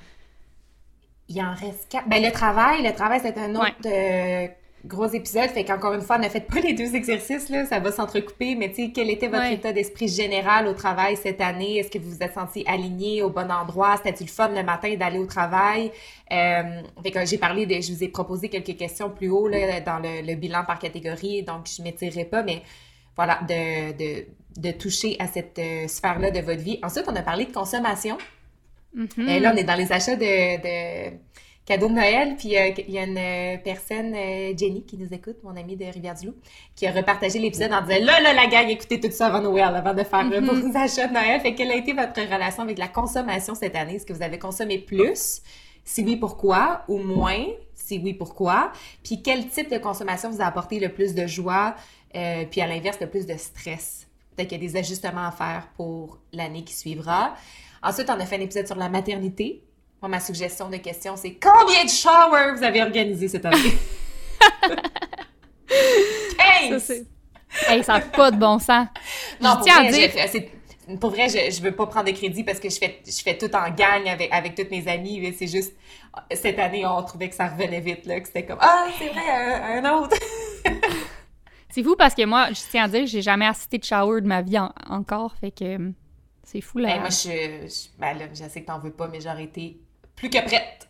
Il en reste quatre. Ben, le travail, le travail, c'est un autre Ouais. euh, gros épisode. Fait qu'encore une fois, ne faites pas les deux exercices, là. Ça va s'entrecouper. Mais tu sais, quel était votre Ouais. état d'esprit général au travail cette année? Est-ce que vous vous êtes senti aligné au bon endroit? C'était-tu le fun le matin d'aller au travail? Euh, fait que j'ai parlé de, je vous ai proposé quelques questions plus haut, là, dans le, le bilan par catégorie. Donc, je m'étirerai pas, mais voilà, de, de, de toucher à cette euh, sphère-là de votre vie. Ensuite, on a parlé de consommation. Mhm. Euh, là, on est dans les achats de, de cadeaux de Noël, puis euh, il y a une euh, personne, euh, Jenny, qui nous écoute, mon amie de Rivière-du-Loup, qui a repartagé l'épisode en disant « Là, là, la gang, écoutez tout ça avant Noël, avant de faire euh, vos achats de Noël. » Fait quelle a été votre relation avec la consommation cette année? Est-ce que vous avez consommé plus? Si oui, pourquoi? Ou moins? Si oui, pourquoi? Puis quel type de consommation vous a apporté le plus de joie? Euh, puis à l'inverse, le plus de stress? Peut-être qu'il y a des ajustements à faire pour l'année qui suivra. Ensuite, on a fait un épisode sur la maternité. Moi, ma suggestion de question, c'est combien de showers vous avez organisé cette année? Ça, quinze! c'est... Hey, ça n'a pas de bon sens. Non, je pour tiens à vrai, dire... je, c'est- pour vrai, je, je veux pas prendre de crédit parce que je fais, je fais tout en gang avec, avec toutes mes amies. Mais c'est juste, cette année, on trouvait que ça revenait vite, là, que c'était comme, ah, c'est vrai, un, un autre. C'est fou parce que moi, je tiens à dire, j'ai jamais assisté de shower de ma vie en- encore, fait que euh, c'est fou, là. Ben, moi, je, je, ben là, je sais que t'en veux pas, mais j'aurais été plus que prête.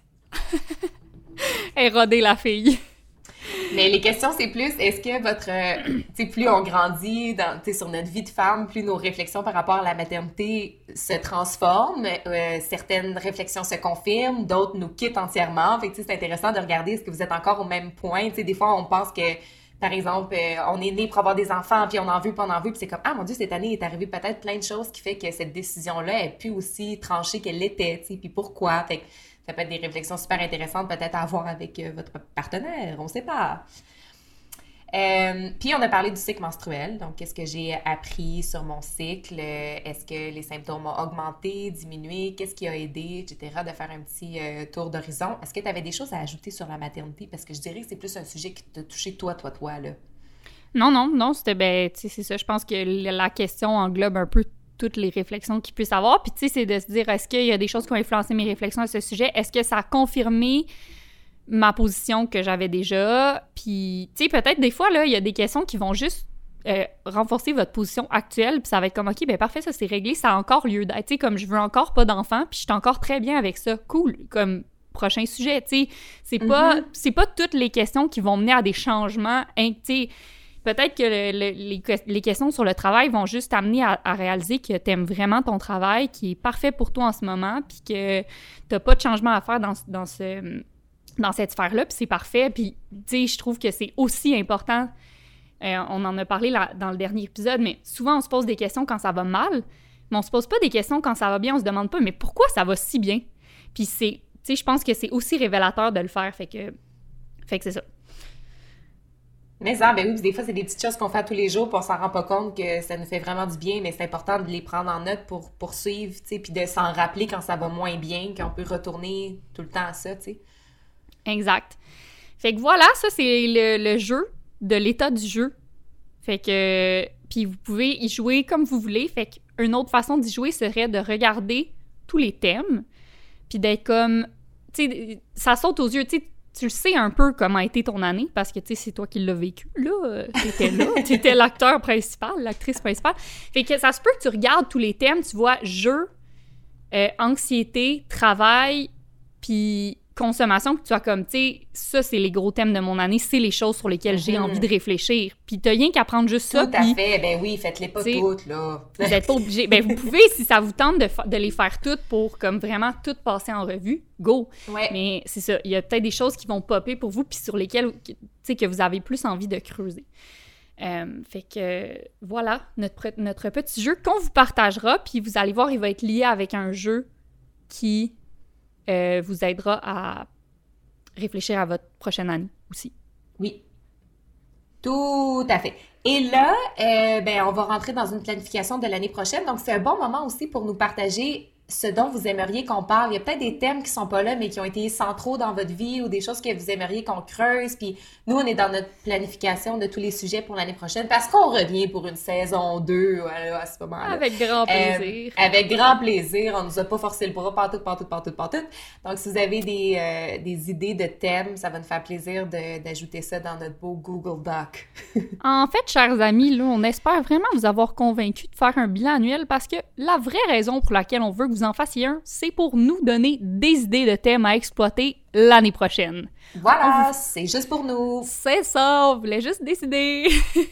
Éroder la fille. Mais les questions, c'est plus, est-ce que votre, euh, tu sais, plus on grandit dans, tu sais, sur notre vie de femme, plus nos réflexions par rapport à la maternité se transforment, euh, certaines réflexions se confirment, d'autres nous quittent entièrement. Fait que, tu sais, c'est intéressant de regarder, est-ce que vous êtes encore au même point? Tu sais, des fois, on pense que, par exemple, euh, on est né pour avoir des enfants, puis on en veut, puis on en veut, puis c'est comme, ah mon Dieu, cette année, il est arrivé peut-être plein de choses qui fait que cette décision-là est plus aussi tranchée qu'elle l'était, tu sais, puis pourquoi? Fait que ça peut être des réflexions super intéressantes peut-être à avoir avec euh, votre partenaire, on sait pas. Euh, puis on a parlé du cycle menstruel, donc qu'est-ce que j'ai appris sur mon cycle, euh, est-ce que les symptômes ont augmenté, diminué, qu'est-ce qui a aidé, et cetera, de faire un petit euh, tour d'horizon. Est-ce que tu avais des choses à ajouter sur la maternité? Parce que je dirais que c'est plus un sujet qui t'a touché toi, toi, toi, là. Non, non, non, c'était, ben, tu sais, c'est ça, je pense que la question englobe un peu toutes les réflexions qu'il puisse avoir, puis tu sais, c'est de se dire, est-ce qu'il y a des choses qui ont influencé mes réflexions à ce sujet? Est-ce que ça a confirmé ma position que j'avais déjà? Puis, tu sais, peut-être des fois, là, il y a des questions qui vont juste euh, renforcer votre position actuelle, puis ça va être comme, OK, ben parfait, ça c'est réglé, ça a encore lieu d'être, tu sais, comme je veux encore pas d'enfant, puis je suis encore très bien avec ça, cool, comme prochain sujet, tu sais, c'est mm-hmm. pas, c'est pas toutes les questions qui vont mener à des changements, hein, tu sais, peut-être que le, le, les, les questions sur le travail vont juste t'amener à, à réaliser que t'aimes vraiment ton travail, qui est parfait pour toi en ce moment, puis que t'as pas de changement à faire dans, dans, ce, dans cette sphère-là, puis c'est parfait. Puis, tu sais, je trouve que c'est aussi important, euh, on en a parlé là, dans le dernier épisode, mais souvent, on se pose des questions quand ça va mal, mais on se pose pas des questions quand ça va bien, on se demande pas, mais pourquoi ça va si bien? Puis c'est, tu sais, je pense que c'est aussi révélateur de le faire, fait que, fait que c'est ça. Mais ça, ben oui, puis des fois, c'est des petites choses qu'on fait tous les jours, puis on s'en rend pas compte que ça nous fait vraiment du bien, mais c'est important de les prendre en note pour poursuivre, tu sais, puis de s'en rappeler quand ça va moins bien, qu'on peut retourner tout le temps à ça, tu sais. Exact. Fait que voilà, ça, c'est le, le jeu, de l'état du jeu. Fait que... Puis vous pouvez y jouer comme vous voulez. Fait qu'une autre façon d'y jouer serait de regarder tous les thèmes, puis d'être comme... Tu sais, ça saute aux yeux, tu sais, tu le sais un peu comment a été ton année, parce que, tu sais, c'est toi qui l'as vécu, là. T'étais là, t'étais l'acteur principal, l'actrice principale. Fait que ça se peut que tu regardes tous les thèmes, tu vois jeu, euh, anxiété, travail, puis consommation, que tu as comme, tu sais, ça, c'est les gros thèmes de mon année, c'est les choses sur lesquelles mm-hmm. j'ai envie de réfléchir. Puis t'as rien qu'à prendre juste ça. Tout à fait, ben oui, faites-les pas toutes, là. Vous n'êtes pas obligés. Ben vous pouvez, si ça vous tente de, fa- de les faire toutes pour, comme, vraiment toutes passer en revue, go! Ouais. Mais c'est ça, il y a peut-être des choses qui vont popper pour vous, puis sur lesquelles, tu sais, que vous avez plus envie de creuser. Euh, fait que, voilà, notre, notre petit jeu qu'on vous partagera, puis vous allez voir, il va être lié avec un jeu qui... Euh, vous aidera à réfléchir à votre prochaine année aussi. Oui, tout à fait. Et là, euh, ben, on va rentrer dans une planification de l'année prochaine. Donc, c'est un bon moment aussi pour nous partager ce dont vous aimeriez qu'on parle. Il y a peut-être des thèmes qui sont pas là, mais qui ont été centraux dans votre vie ou des choses que vous aimeriez qu'on creuse. Puis nous, on est dans notre planification de tous les sujets pour l'année prochaine parce qu'on revient pour une saison deux à, à ce moment-là. Avec grand plaisir. Euh, avec grand plaisir. On nous a pas forcé le bras partout, partout, partout, partout. Donc, si vous avez des, euh, des idées de thèmes, ça va nous faire plaisir de, d'ajouter ça dans notre beau Google Doc. En fait, chers amis, là, on espère vraiment vous avoir convaincu de faire un bilan annuel parce que la vraie raison pour laquelle on veut que vous en fassiez un, c'est pour nous donner des idées de thèmes à exploiter l'année prochaine. Voilà, vous... c'est juste pour nous. C'est ça, on voulait juste décider.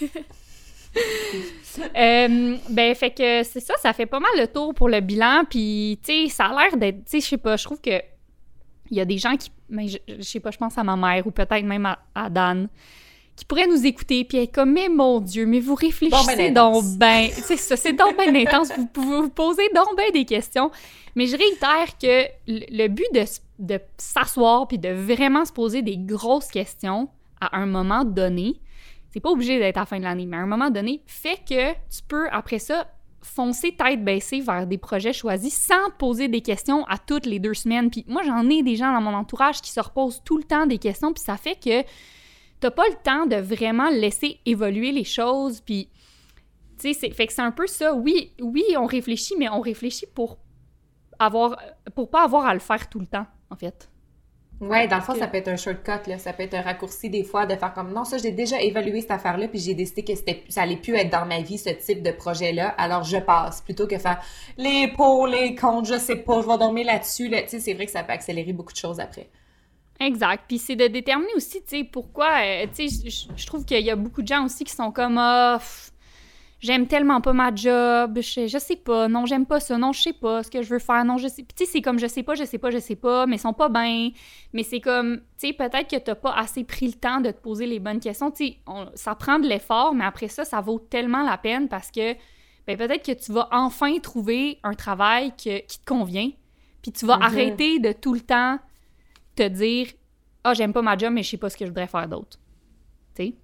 euh, ben, fait que c'est ça, ça fait pas mal le tour pour le bilan, puis, tu sais, ça a l'air d'être, tu sais, je sais pas, je trouve que il y a des gens qui, mais je, je sais pas, je pense à ma mère ou peut-être même à, à Dan, qui pourraient nous écouter puis être comme, mais mon Dieu, mais vous réfléchissez donc ben, c'est ça, c'est donc ben intense, vous pouvez vous poser donc ben des questions. Mais je réitère que le, le but de, de s'asseoir puis de vraiment se poser des grosses questions à un moment donné, c'est pas obligé d'être à la fin de l'année, mais à un moment donné, fait que tu peux, après ça, foncer tête baissée vers des projets choisis sans te poser des questions à toutes les deux semaines. Puis moi, j'en ai des gens dans mon entourage qui se reposent tout le temps des questions, puis ça fait que t'as pas le temps de vraiment laisser évoluer les choses, puis, tu sais, fait que c'est un peu ça. Oui, oui, on réfléchit, mais on réfléchit pour avoir, pour pas avoir à le faire tout le temps, en fait. Ouais, dans le fond, que... ça peut être un shortcut, là. Ça peut être un raccourci, des fois, de faire comme, non, ça, j'ai déjà évalué cette affaire-là, puis j'ai décidé que c'était, ça allait plus être dans ma vie, ce type de projet-là, alors je passe, plutôt que faire les pour, les contre, je sais pas, je vais dormir là-dessus, là. Tu sais, c'est vrai que ça peut accélérer beaucoup de choses après. Exact. Puis c'est de déterminer aussi, tu sais, pourquoi, euh, tu sais, je trouve qu'il y a beaucoup de gens aussi qui sont comme, ah, oh, j'aime tellement pas ma job, je, je sais pas, non, j'aime pas ça, non, je sais pas ce que je veux faire, non, je sais. Puis tu sais, c'est comme, je sais pas, je sais pas, je sais pas, mais ils sont pas bien. Mais c'est comme, tu sais, peut-être que t'as pas assez pris le temps de te poser les bonnes questions. Tu sais, ça prend de l'effort, mais après ça, ça vaut tellement la peine parce que, ben peut-être que tu vas enfin trouver un travail que, qui te convient, puis tu vas mm-hmm. arrêter de tout le temps te dire « Ah, oh, j'aime pas ma job, mais je sais pas ce que je voudrais faire d'autre. » Tu sais?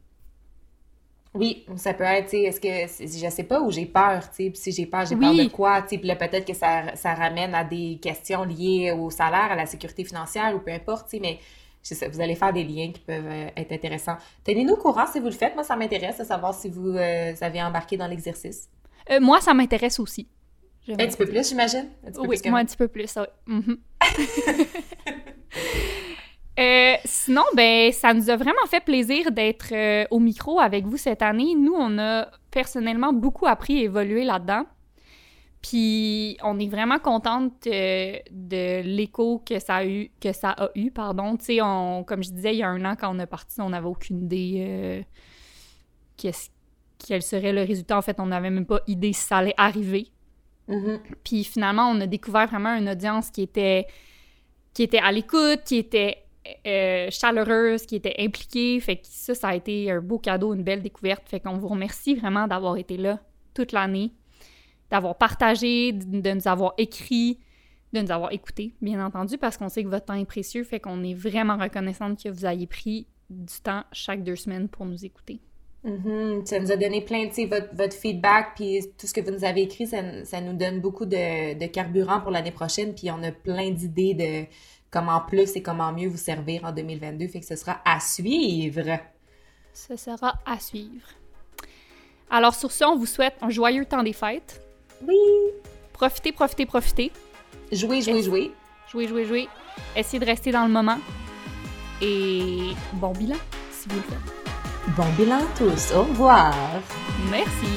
Oui, ça peut être, tu sais, est-ce que, je sais pas, ou j'ai peur, tu sais, puis si j'ai peur, j'ai oui. peur de quoi, tu sais, puis là, peut-être que ça, ça ramène à des questions liées au salaire, à la sécurité financière, ou peu importe, tu sais, mais je sais, vous allez faire des liens qui peuvent être intéressants. Tenez-nous au courant si vous le faites. Moi, ça m'intéresse de savoir si vous, euh, vous avez embarqué dans l'exercice. Euh, moi, ça m'intéresse aussi. Un petit peu plus, j'imagine? Un petit peu oui, plus moi, un petit peu plus, oui. Mm-hmm. Euh, sinon, ben, ça nous a vraiment fait plaisir d'être euh, au micro avec vous cette année. Nous, on a personnellement beaucoup appris et évolué là-dedans. Puis, on est vraiment contente de, de l'écho que ça a eu, que ça a eu, pardon. Tu sais, on, comme je disais, il y a un an, quand on est parti, on n'avait aucune idée euh, qu'est-ce, quel serait le résultat. En fait, on n'avait même pas idée si ça allait arriver. Mm-hmm. Puis, finalement, on a découvert vraiment une audience qui était, qui était à l'écoute, qui était euh, chaleureuse, qui était impliquée. Fait que ça, ça a été un beau cadeau, une belle découverte. Fait qu'on vous remercie vraiment d'avoir été là toute l'année, d'avoir partagé, de nous avoir écrit, de nous avoir écoutés, bien entendu, parce qu'on sait que votre temps est précieux, fait qu'on est vraiment reconnaissante que vous ayez pris du temps chaque deux semaines pour nous écouter. Mm-hmm. Ça nous a donné plein, tu sais, votre, votre feedback, puis tout ce que vous nous avez écrit, ça, ça nous donne beaucoup de, de carburant pour l'année prochaine, puis on a plein d'idées de comment plus et comment mieux vous servir en deux mille vingt-deux, fait que ce sera à suivre. Ce sera à suivre. Alors sur ce, on vous souhaite un joyeux temps des fêtes. Oui! Profitez, profitez, profitez. Jouez, jouez, jouez. Jouez, jouez, jouez. Essayez de rester dans le moment. Et bon bilan, si vous le faites. Bon bilan à tous. Au revoir. Merci.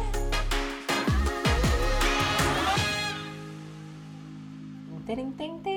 Ting, ting, ting.